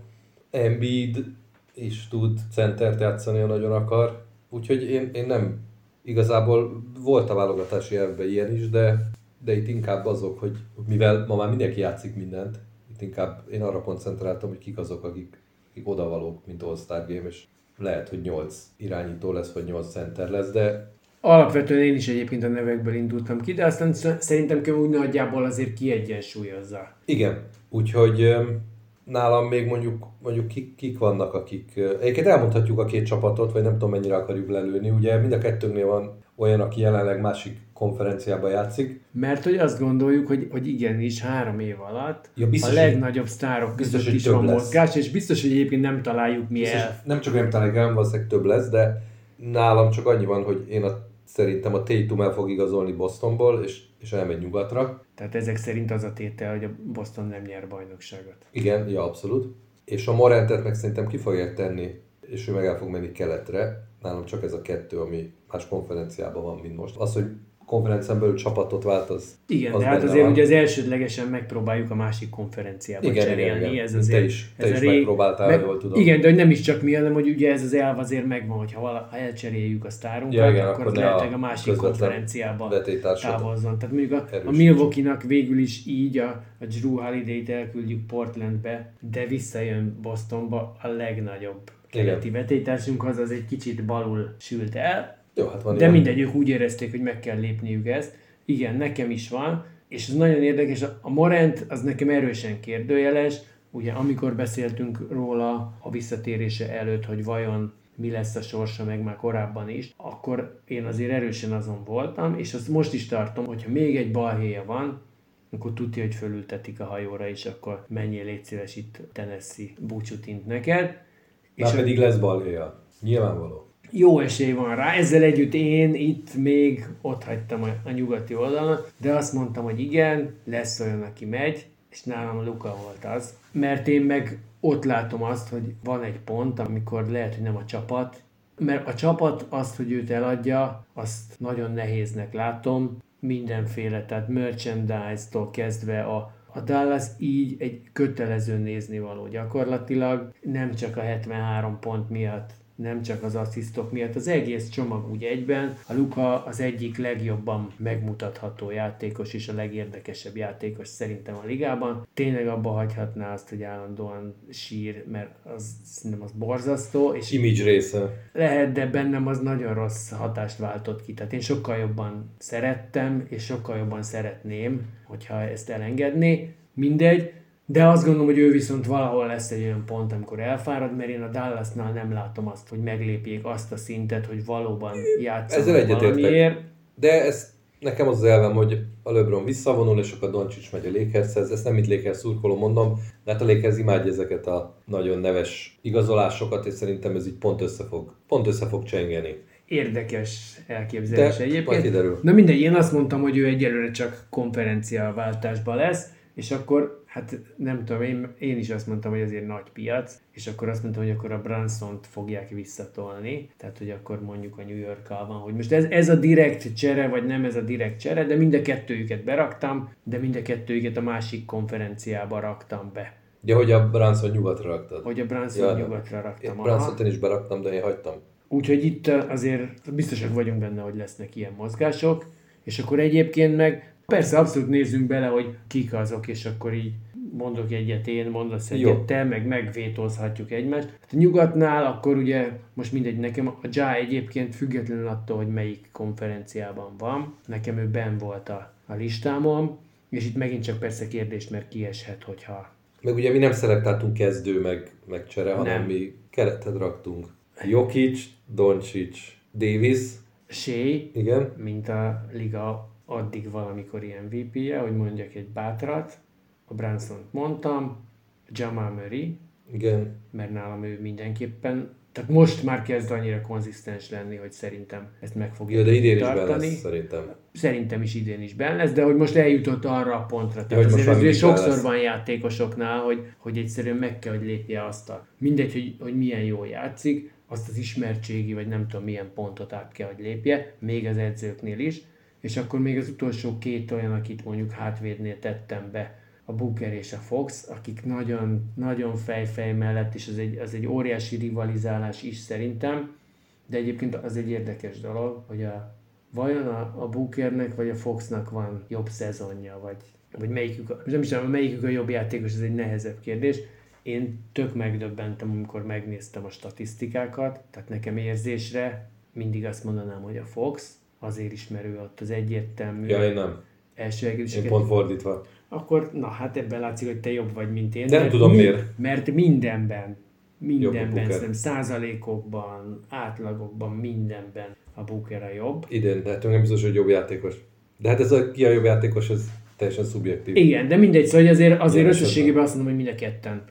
Embiid is tud centert játszani, ha nagyon akar. Úgyhogy én nem, igazából volt a válogatási elvben ilyen is, de itt inkább azok, hogy mivel ma már mindenki játszik mindent, itt inkább én arra koncentráltam, hogy kik azok, akik odavalók, mint All-Star Game, és lehet, hogy 8 irányító lesz, vagy 8 center lesz, de... Alapvetően én is egyébként a nevekből indultam ki, de aztán szerintem úgy nagyjából azért kiegyensúlyozza. Igen, úgyhogy nálam még mondjuk kik vannak, akik... Egyébként elmondhatjuk a 2 csapatot, vagy nem tudom mennyire akarjuk lelőni, ugye mind a kettőnél van olyan, aki jelenleg másik konferenciában játszik. Mert hogy azt gondoljuk, hogy igenis 3 év alatt a legnagyobb sztárok között is van mozgás, és biztos, hogy egyébként nem találjuk mi el. Nem csak nem találjuk el, valószínűleg több lesz, de nálam csak annyi van, hogy én szerintem a Tatum el fog igazolni Bostonból, és elmegy nyugatra. Tehát ezek szerint az a tétel, hogy a Boston nem nyer bajnokságot. Igen, ja, abszolút. És a Morantet meg szerintem ki fogják tenni, és ő meg el fog menni keletre. Nálam csak ez a 2, ami más konferenciában van, mint most. Az, hogy konferencián belül csapatot vált, az... Igen, az de hát azért ugye az elsődlegesen megpróbáljuk a másik konferenciába cserélni. Igen. Ez azért, te is megpróbáltál, jól tudom. Igen, de hogy nem is csak mi, hanem hogy ugye ez az elv azért megvan, hogyha elcseréljük a sztárunkat, akkor lehetőleg a másik konferenciába távozzon. Tehát mondjuk a Milwaukee-nak végül is így a Jrue Holiday-t elküldjük Portlandbe, de visszajön Bostonba a legnagyobb keleti vetélytársunkhoz, az egy kicsit balul sült el. Jó, hát van de mindegy, ők úgy érezték, hogy meg kell lépniük ezt. Igen, nekem is van, és ez nagyon érdekes. A Morant az nekem erősen kérdőjeles. Ugye amikor beszéltünk róla a visszatérése előtt, hogy vajon mi lesz a sorsa, meg már korábban is, akkor én azért erősen azon voltam, és azt most is tartom, hogyha még egy balhéja van, akkor tudja, hogy fölültetik a hajóra, és akkor menjél, légy szíves, itt Tennessee búcsút int neked. Már pedig lesz balhéja. Nyilvánvaló. Jó esély van rá, ezzel együtt én itt még ott hagytam a nyugati oldalon, de azt mondtam, hogy igen, lesz olyan, aki megy, és nálam Luka volt az. Mert én meg ott látom azt, hogy van egy pont, amikor lehet, hogy nem a csapat, mert a csapat azt, hogy őt eladja, azt nagyon nehéznek látom, mindenféle, tehát merchandise-tól kezdve a Dallas így egy kötelező néznivaló gyakorlatilag, nem csak a 73 pont miatt, nem csak az asszisztok miatt, az egész csomag úgy egyben. A Luka az egyik legjobban megmutatható játékos és a legérdekesebb játékos szerintem a ligában. Tényleg abba hagyhatná azt, hogy állandóan sír, mert szerintem az borzasztó. És image része. Lehet, de bennem az nagyon rossz hatást váltott ki. Tehát én sokkal jobban szerettem, és sokkal jobban szeretném, hogyha ezt elengedné. Mindegy. De azt gondolom, hogy ő viszont valahol lesz egy olyan pont, amikor elfárad, mert én a Dallasnál nem látom azt, hogy meglépjék azt a szintet, hogy valóban játszanak valamiért. De nekem az elvem, hogy a LeBron visszavonul, és akkor Doncic megy a Lakershez. Ezt nem itt Lakers szurkoló mondom, de hát a Lakers imádja ezeket a nagyon neves igazolásokat, és szerintem ez így pont össze fog csengeni. Érdekes elképzelés egyébként. Kiderül. Na mindegy, én azt mondtam, hogy ő egyelőre csak konferenciaváltásban lesz, és akkor, hát nem tudom, én is azt mondtam, hogy azért nagy piac, és akkor azt mondtam, hogy akkor a Brunsont fogják visszatolni, tehát hogy akkor mondjuk a New Yorkkal van, hogy most ez a direkt csere, vagy nem ez a direkt csere, de mind a kettőjüket beraktam, de mind a kettőjüket a másik konferenciába raktam be. Ja, hogy a Brunson nyugatra raktad. Hogy a Brunson nyugatra raktam. Én Brunsont én is beraktam, de én hagytam. Úgyhogy itt azért biztosak vagyunk benne, hogy lesznek ilyen mozgások, és akkor egyébként meg persze abszolút nézzünk bele, hogy kik azok, és akkor így mondok egyet én, mondasz egyet te, meg megvétózhatjuk egymást. Hát a nyugatnál akkor ugye most mindegy, nekem a Ja egyébként függetlenül attól, hogy melyik konferenciában van, nekem ő benn volt a listámon, és itt megint csak persze kérdés, mert kieshet, hogyha... Meg ugye mi nem szelektáltunk kezdő, meg csere, hanem mi keretet raktunk. Jokic, Doncic, Davis, Shea, igen, mint a liga addig valamikori MVP-je, hogy mondjak egy bátrat, a Brunsont mondtam, Jamal Murray, igen, mert nálam ő mindenképpen, tehát most már kezd annyira konzisztens lenni, hogy szerintem ezt meg fogja de idén tartani. is benne lesz, szerintem. Szerintem is idén is benne lesz, de hogy most eljutott arra a pontra. Tehát azért sokszor van játékosoknál, hogy egyszerűen meg kell, hogy lépje azt a... Mindegy, hogy milyen jól játszik, azt az ismertségi, vagy nem tudom milyen pontot át kell, hogy lépje, még az edzőknél is, és akkor még az utolsó két olyan, akit mondjuk hátvédnél tettem be, a Booker és a Fox, akik nagyon, nagyon fej mellett, és az egy óriási rivalizálás is szerintem, de egyébként az egy érdekes dolog, hogy vajon a Bookernek vagy a Foxnak van jobb szezonja, vagy melyikük, nem is tudom, melyikük a jobb játékos, ez egy nehezebb kérdés. Én tök megdöbbentem, amikor megnéztem a statisztikákat, tehát nekem érzésre mindig azt mondanám, hogy a Fox, azért ismerő ott az egyértelmű. Ja, én nem. Én pont fordítva. Akkor, na hát ebben látszik, hogy te jobb vagy, mint én. Nem tudom miért. Mert mindenben, nem százalékokban, átlagokban, mindenben a Booker a jobb. Idén, de nem biztos, hogy jobb játékos. De hát ki a jobb játékos, ez teljesen szubjektív. Igen, de mindegy, szóval azért összességében azt mondom, hogy mind a ketten.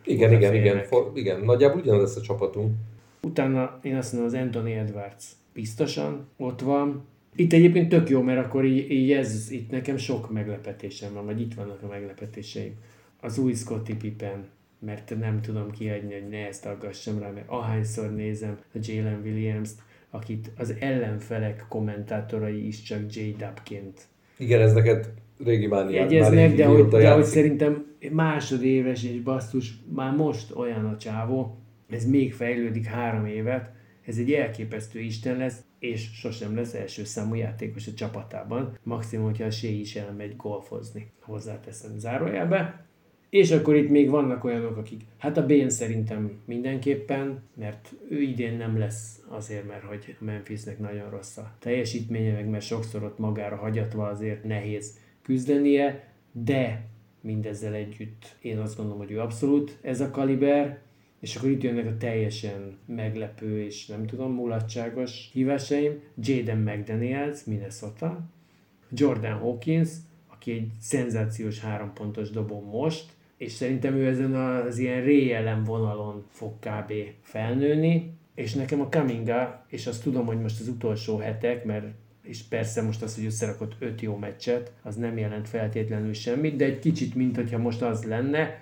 Igen, nagyjából ugyanaz lesz a csapatunk. Utána én azt mondom, az Anthony Edwards biztosan ott van. Itt egyébként tök jó, mert akkor itt nekem sok meglepetésem van, vagy itt vannak a meglepetéseim. Az új Scottie Pippen, mert nem tudom kiadni, hogy ne ezt aggassam rá, mert ahányszor nézem a Jalen Williams-t, akit az ellenfelek kommentátorai is csak J-Dubként. Igen, ez neked régi mániád. Jegyeznek, de hogy szerintem másodéves és basszus, már most olyan a csávó, ez még fejlődik 3 évet, ez egy elképesztő isten lesz, és sosem lesz első számú játékos a csapatában. Maximum, hogyha a Shea is elmegy golfozni, hozzáteszem zárójelbe. És akkor itt még vannak olyanok, akik, hát a Bane szerintem mindenképpen, mert ő idén nem lesz azért, mert hogy a Memphisnek nagyon rossz a teljesítménye, meg mert sokszor ott magára hagyatva azért nehéz küzdenie, de mindezzel együtt én azt gondolom, hogy ő abszolút ez a kaliber, és akkor itt jönnek a teljesen meglepő és nem tudom, mulatságos hívásaim. Jaden McDaniels, Minnesota, Jordan Hawkins, aki egy szenzációs 3 pontos dobó most, és szerintem ő ezen az ilyen Ray vonalon fog kb. Felnőni, és nekem a Kuminga, és azt tudom, hogy most az utolsó hetek, mert és persze most az, hogy összerakott 5 jó meccset, az nem jelent feltétlenül semmit, de egy kicsit, mint hogyha most az lenne,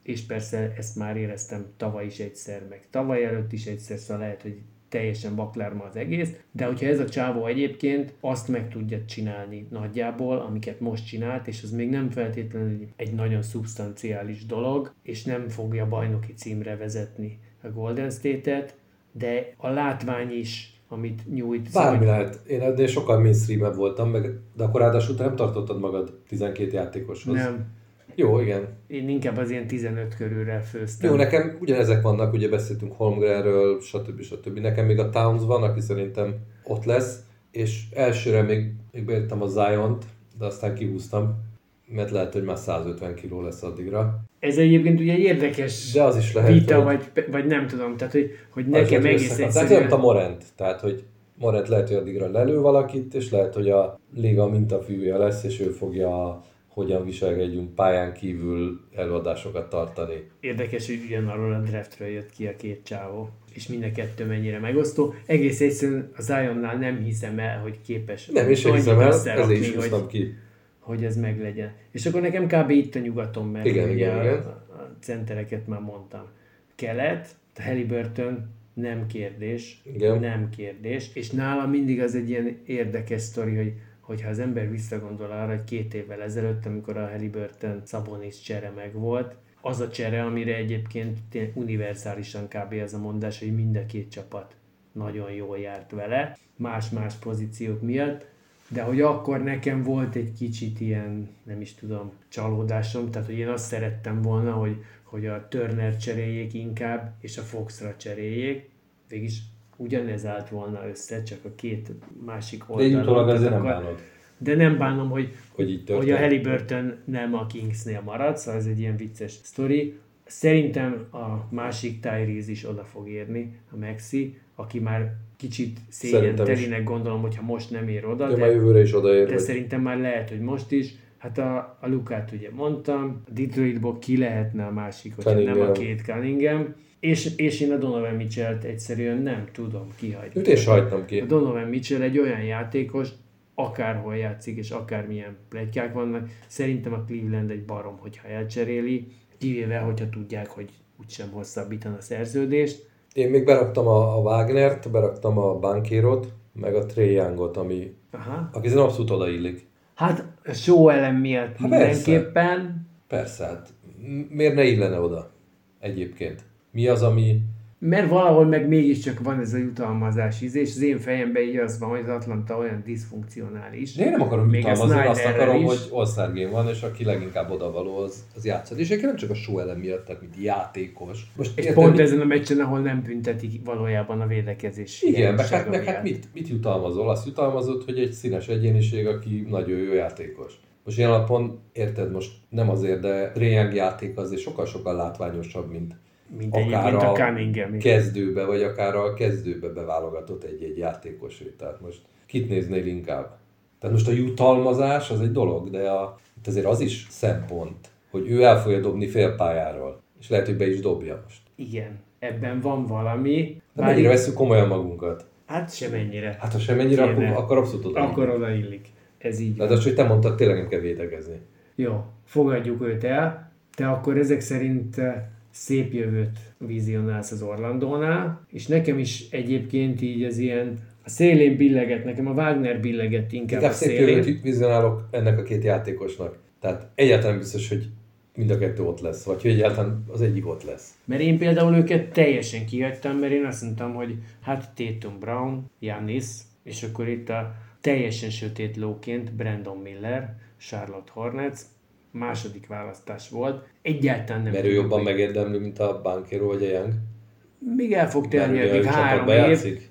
és persze ezt már éreztem tavaly is egyszer, meg tavaly előtt is egyszer, szóval lehet, hogy teljesen baklárma az egész, de hogyha ez a csávó egyébként azt meg tudja csinálni nagyjából, amiket most csinált, és az még nem feltétlenül egy nagyon szubstanciális dolog, és nem fogja bajnoki címre vezetni a Golden State-et, de a látvány is, amit nyújt. Bármi lehet. Én ennél sokkal mainstream-ebb voltam, de akkor ráadásul te nem tartottad magad 12 játékoshoz. Nem. Jó, igen. Én inkább az ilyen 15 körülre főztem. Jó, nekem ugyanezek vannak, ugye beszéltünk Holmgrenről, stb. Nekem még a Towns van, aki szerintem ott lesz, és elsőre még beértem a Ziont, de aztán kihúztam, mert lehet, hogy már 150 kiló lesz addigra. Ez egyébként ugye egy érdekes de az is lehet, vita, hogy... vagy nem tudom, tehát hogy nekem egész egyszerűen... Tehát olyan, mint a Morant, tehát hogy Morant lehet, hogy addigra lelő valakit, és lehet, hogy a liga mintafűje lesz, és ő fogja hogyan viselkedjünk pályán kívül előadásokat tartani. Érdekes, hogy ugyanarról a draftről jött ki a két csávó, és mind a kettő mennyire megosztó. Egész egyszerűen a Zionnál nem hiszem el, hogy képes nem is hiszem el, ezért is húztam ki. Hogy ez meglegyen. És akkor nekem kb. Itt a nyugaton, mert igen. A centereket már mondtam. Kelet, a Haliburton nem kérdés, igen. Nem kérdés, és nálam mindig az egy ilyen érdekes sztori, hogyha az ember visszagondol arra, hogy 2 évvel ezelőtt, amikor a Haliburton Sabonis csere megvolt, az a csere, amire egyébként univerzálisan kb. Az a mondás, hogy mind a két csapat nagyon jól járt vele, más-más pozíciók miatt, de hogy akkor nekem volt egy kicsit ilyen, nem is tudom, csalódásom, tehát hogy én azt szerettem volna, hogy a Turner cseréljék inkább, és a Foxra cseréljék, végig ugyanez állt volna össze, csak a két másik oldalon. De így utólag azért nem bánod. De nem bánom, hogy a Haliburton nem a Kingsnél marad, szóval ez egy ilyen vicces sztori. Szerintem a másik Tyrese is oda fog érni, a Maxi, aki már kicsit szégyentelinek gondolom, hogyha most nem ér oda. De jövőre is odaér. De szerintem már lehet, hogy most is. Hát a Lukát ugye mondtam, a Detroitból ki lehetne a másik, hogyha nem a két Cunningham. És én a Donovan Mitchellt egyszerűen nem tudom kihagyni. Őt is hagytam ki. A Donovan Mitchell egy olyan játékos, akárhol játszik, és akármilyen pletykák vannak, szerintem a Cleveland egy barom, hogyha elcseréli, kivéve, hogyha tudják, hogy úgysem hosszabbítan a szerződést. Én még beraktam a Wagnert, beraktam a Bankérot, meg a Trae Youngot, aki szerintem abszolút odaillik. Hát a show elem miatt mindenképpen. Persze, hát miért ne illene oda egyébként? Mi az, ami... Mert valahol meg mégiscsak van ez a jutalmazás és az én fejemben így az van, hogy az Atlanta olyan diszfunkcionális. De én nem akarom jutalmazni, azt akarom, hogy All-Star Game van, és aki leginkább odavaló, az játszhat. És egyébként nem csak a show elem miatt, tehát mint játékos. Most és pont ezen a meccsen, ahol nem büntetik valójában a védekezés. Igen, meg hát mit jutalmazol? Azt jutalmazod, hogy egy színes egyéniség, aki nagyon jó játékos. Most ilyen alapon, érted, most nem azért, de Trae Young játék azért sokkal-sokkal látványosabb, mint akár a kezdőbe, vagy akár a kezdőbe beválogatott egy játékos. Tehát most kit néznél inkább? Tehát most a jutalmazás az egy dolog, de itt azért az is szempont, hogy ő el fogja dobni félpályáról. És lehet, hogy be is dobja most. Igen, ebben van valami. De mennyire vesszük komolyan magunkat? Hát semennyire. Hát ha semennyire, akkor abszolút odaillik. Akkor odaillik. Ez így van. De az, hogy te mondtad, tényleg nem kell védekezni. Jó, fogadjuk őt el, de akkor ezek szerint szép jövőt vizionálsz az Orlandónál, és nekem is egyébként így az ilyen a szélén billeget, nekem a Wagner billegett inkább a szélén. Szép jövőt vizionálok ennek a két játékosnak. Tehát egyáltalán biztos, hogy mind a kettő ott lesz, vagy hogy egyáltalán az egyik ott lesz. Mert én például őket teljesen kihagytam, mert én azt mondtam, hogy hát Tatum Brown, Giannis, és akkor itt a teljesen sötét lóként Brandon Miller, Charlotte Hornets, második választás volt. Egyáltalán nem. Mert ő jobban megérdemli, mint a Banchero vagy a Young? Még el fog tenni eddig 3 év. Játszik?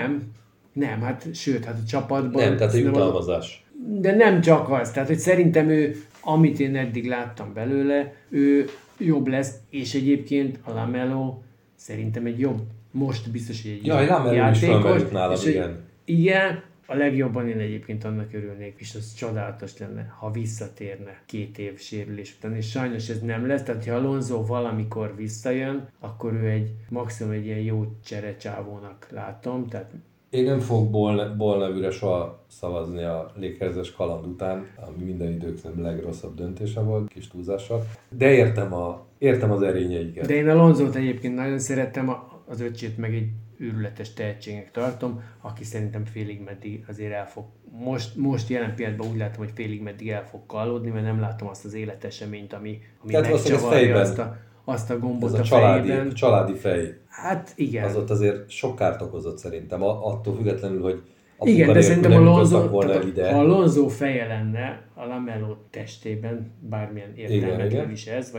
Nem, hát sőt, hát a csapatban... Nem, tehát a jutalmazás. De nem csak az, tehát hogy szerintem ő, amit én eddig láttam belőle, ő jobb lesz, és egyébként a LaMelo szerintem egy jobb, most biztos, hogy egy jobb játékos. Igen, a legjobban én egyébként annak örülnék, és az csodálatos lenne, ha visszatérne 2 év sérülés után, és sajnos ez nem lesz, tehát ha Alonso valamikor visszajön, akkor ő maximum egy ilyen jó cserecsávónak látom, tehát Én nem fogok Ball nevűre soha szavazni a Lakers-es kaland után, ami minden idők legrosszabb döntése volt, kis túlzással. De értem az erényeiket. De én Alonzót egyébként nagyon szerettem, az öccsét meg egy őrületes tehetségnek tartom, aki szerintem félig meddig azért el fog, most jelen pillanatban úgy látom, hogy félig meddig el fog kallódni, mert nem látom azt az életeseményt, ami megcsavarja azt a gombot ez a fejében. A családi fej. Hát igen. Az ott azért sok kárt okozott szerintem, attól függetlenül, hogy igen, de szerintem Alonso feje lenne a Lamelo testében, bármilyen értelmetlen is ez,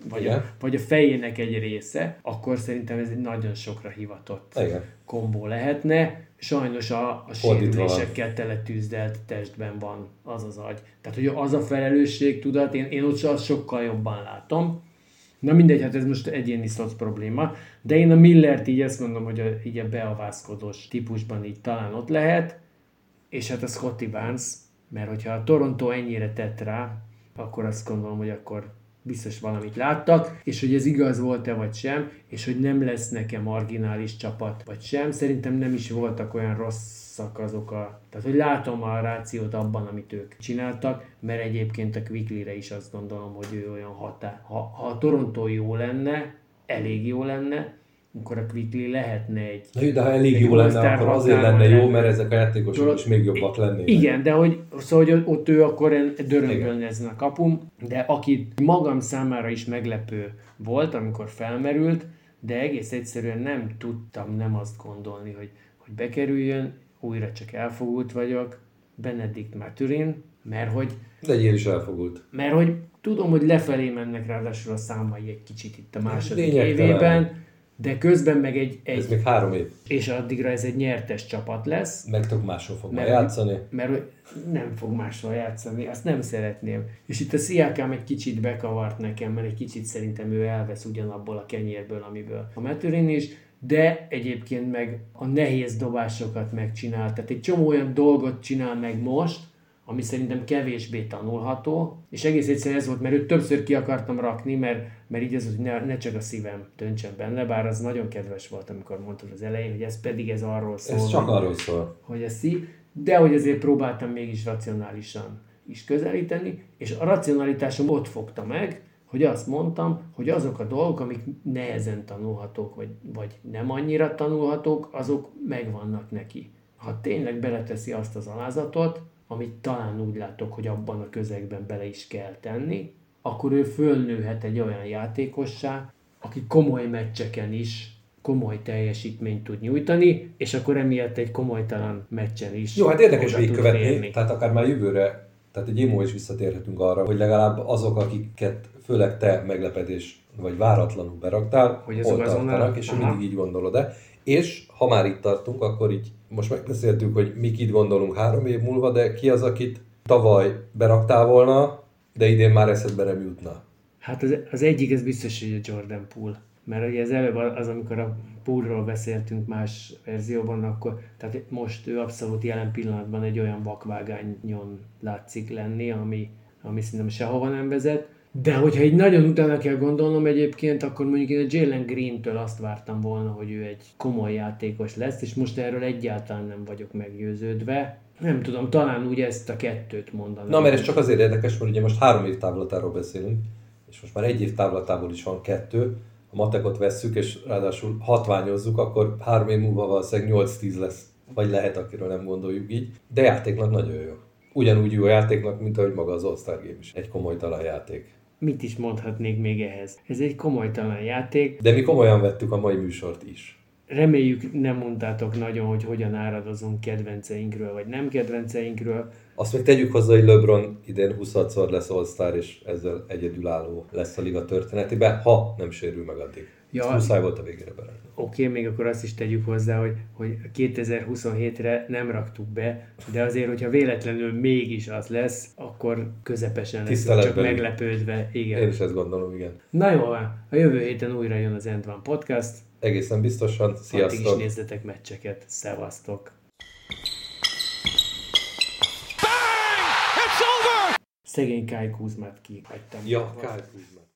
vagy a fejének egy része, akkor szerintem ez egy nagyon sokra hivatott kombó lehetne. Sajnos a sérülésekkel teletűzdelt testben van az az agy. Tehát, hogy az a felelősségtudat, én ott sokkal jobban látom. Na mindegy, hát ez most egyéni szoc probléma, de én a Millert így azt mondom, hogy így a beavázkodós típusban így talán ott lehet, és hát a Scottie Barnes, mert hogyha a Toronto ennyire tett rá, akkor azt gondolom, hogy akkor biztos valamit láttak, és hogy ez igaz volt-e vagy sem, és hogy nem lesz nekem marginális csapat vagy sem, szerintem nem is voltak olyan rosszak azok tehát hogy látom a rációt abban, amit ők csináltak, mert egyébként a Quicklyre is azt gondolom, hogy ő olyan ha a Toronto jó lenne, elég jó lenne, akkor a Quickly lehetne egy... De ha elég jó lenne, akkor azért lenne jó, mert ezek a játékosok is még jobbak lennének. Igen, de hogy ott ő akkor dörömbölne ezen a kapun, de aki magam számára is meglepő volt, amikor felmerült, de egész egyszerűen nem tudtam nem azt gondolni, hogy bekerüljön, újra csak elfogult vagyok, Benedict Mathurin, mert hogy... Legyél is elfogult. Mert hogy tudom, hogy lefelé mennek ráadásul a számai egy kicsit itt a második évében, de közben meg ez még 3 év. És addigra ez egy nyertes csapat lesz. Meg tök máshol fog majd játszani. Mert nem fog máshol játszani, azt nem szeretném. És itt a Siakam egy kicsit bekavart nekem, mert egy kicsit szerintem ő elvesz ugyanabból a kenyérből, amiből a Mathurin is, de egyébként meg a nehéz dobásokat megcsinál. Tehát egy csomó olyan dolgot csinál meg most, ami szerintem kevésbé tanulható, és egész egyszerűen ez volt, mert őt többször ki akartam rakni, mert így ez, hogy ne csak a szívem döntsen benne, bár az nagyon kedves volt, amikor mondtad az elején, hogy ez arról szól. Ez csak arról szól. Hogy a szív, de hogy azért próbáltam mégis racionálisan is közelíteni, és a racionalitásom ott fogta meg, hogy azt mondtam, hogy azok a dolgok, amik nehezen tanulhatók, vagy nem annyira tanulhatók, azok megvannak neki. Ha tényleg beleteszi azt az alázatot, amit talán úgy látok, hogy abban a közegben bele is kell tenni, akkor ő fölnőhet egy olyan játékossá, aki komoly meccseken is komoly teljesítményt tud nyújtani, és akkor emiatt egy komolytalan meccsen is. Jó, hát érdekes végigkövetni, tehát akár már jövőre, tehát egy émó is visszatérhetünk arra, hogy legalább azok, akiket főleg te meglepetés vagy váratlanul beraktál, hogy hol tartanak, és mindig így gondolod-e. És ha már itt tartunk, akkor így most megbeszéltük, hogy mik itt gondolunk 3 év múlva, de ki az, akit tavaly beraktál volna, de idén már eszedbe nem jutna? Hát az egyik, ez biztos, hogy a Jordan Poole. Mert ugye az előbb az, amikor a Poole-ról beszéltünk más verzióban, akkor tehát most ő abszolút jelen pillanatban egy olyan vakvágányon látszik lenni, ami szerintem sehova nem vezet. De hogyha így nagyon utána kell gondolnom egyébként, akkor mondjuk én a Jalen Greentől azt vártam volna, hogy ő egy komoly játékos lesz, és most erről egyáltalán nem vagyok meggyőződve. Nem tudom, talán úgy ezt a 2-t mondanám. Na, mert ez csak azért érdekes, mert ugye most 3 év távlatáról beszélünk, és most már 1 év távlatából is van 2, a matekot vesszük, és ráadásul hatványozzuk, akkor 3 év múlva valószínűleg 8-10 lesz, vagy lehet, akiről nem gondoljuk így, de játéknak nagyon jó. Ugyanúgy jó játéknak, mint ahogy maga az All-Star Game is. Egy komolytalan játék. Mit is mondhatnék még ehhez? Ez egy komolytalan játék. De mi komolyan vettük a mai műsort is. Reméljük nem mondtátok nagyon, hogy hogyan áradozunk kedvenceinkről, vagy nem kedvenceinkről. Azt még tegyük hozzá, hogy LeBron idén 20-szor lesz All-Star, és ezzel egyedülálló lesz a liga történetében, ha nem sérül meg addig. Ja, muszáj volt a végére berakni. Oké, még akkor azt is tegyük hozzá, hogy 2027-re nem raktuk be, de azért, hogyha véletlenül mégis az lesz, akkor közepesen lesz, csak meglepődve. Igen. Én is ezt gondolom, igen. Na jó, a jövő héten újra jön az End One Podcast. Egészen biztosan. Sziasztok! Addig is nézzetek meccseket. Szevasztok! Szegény Kyle Kuzmát kihagytam. Ja, Kyle Kuzma.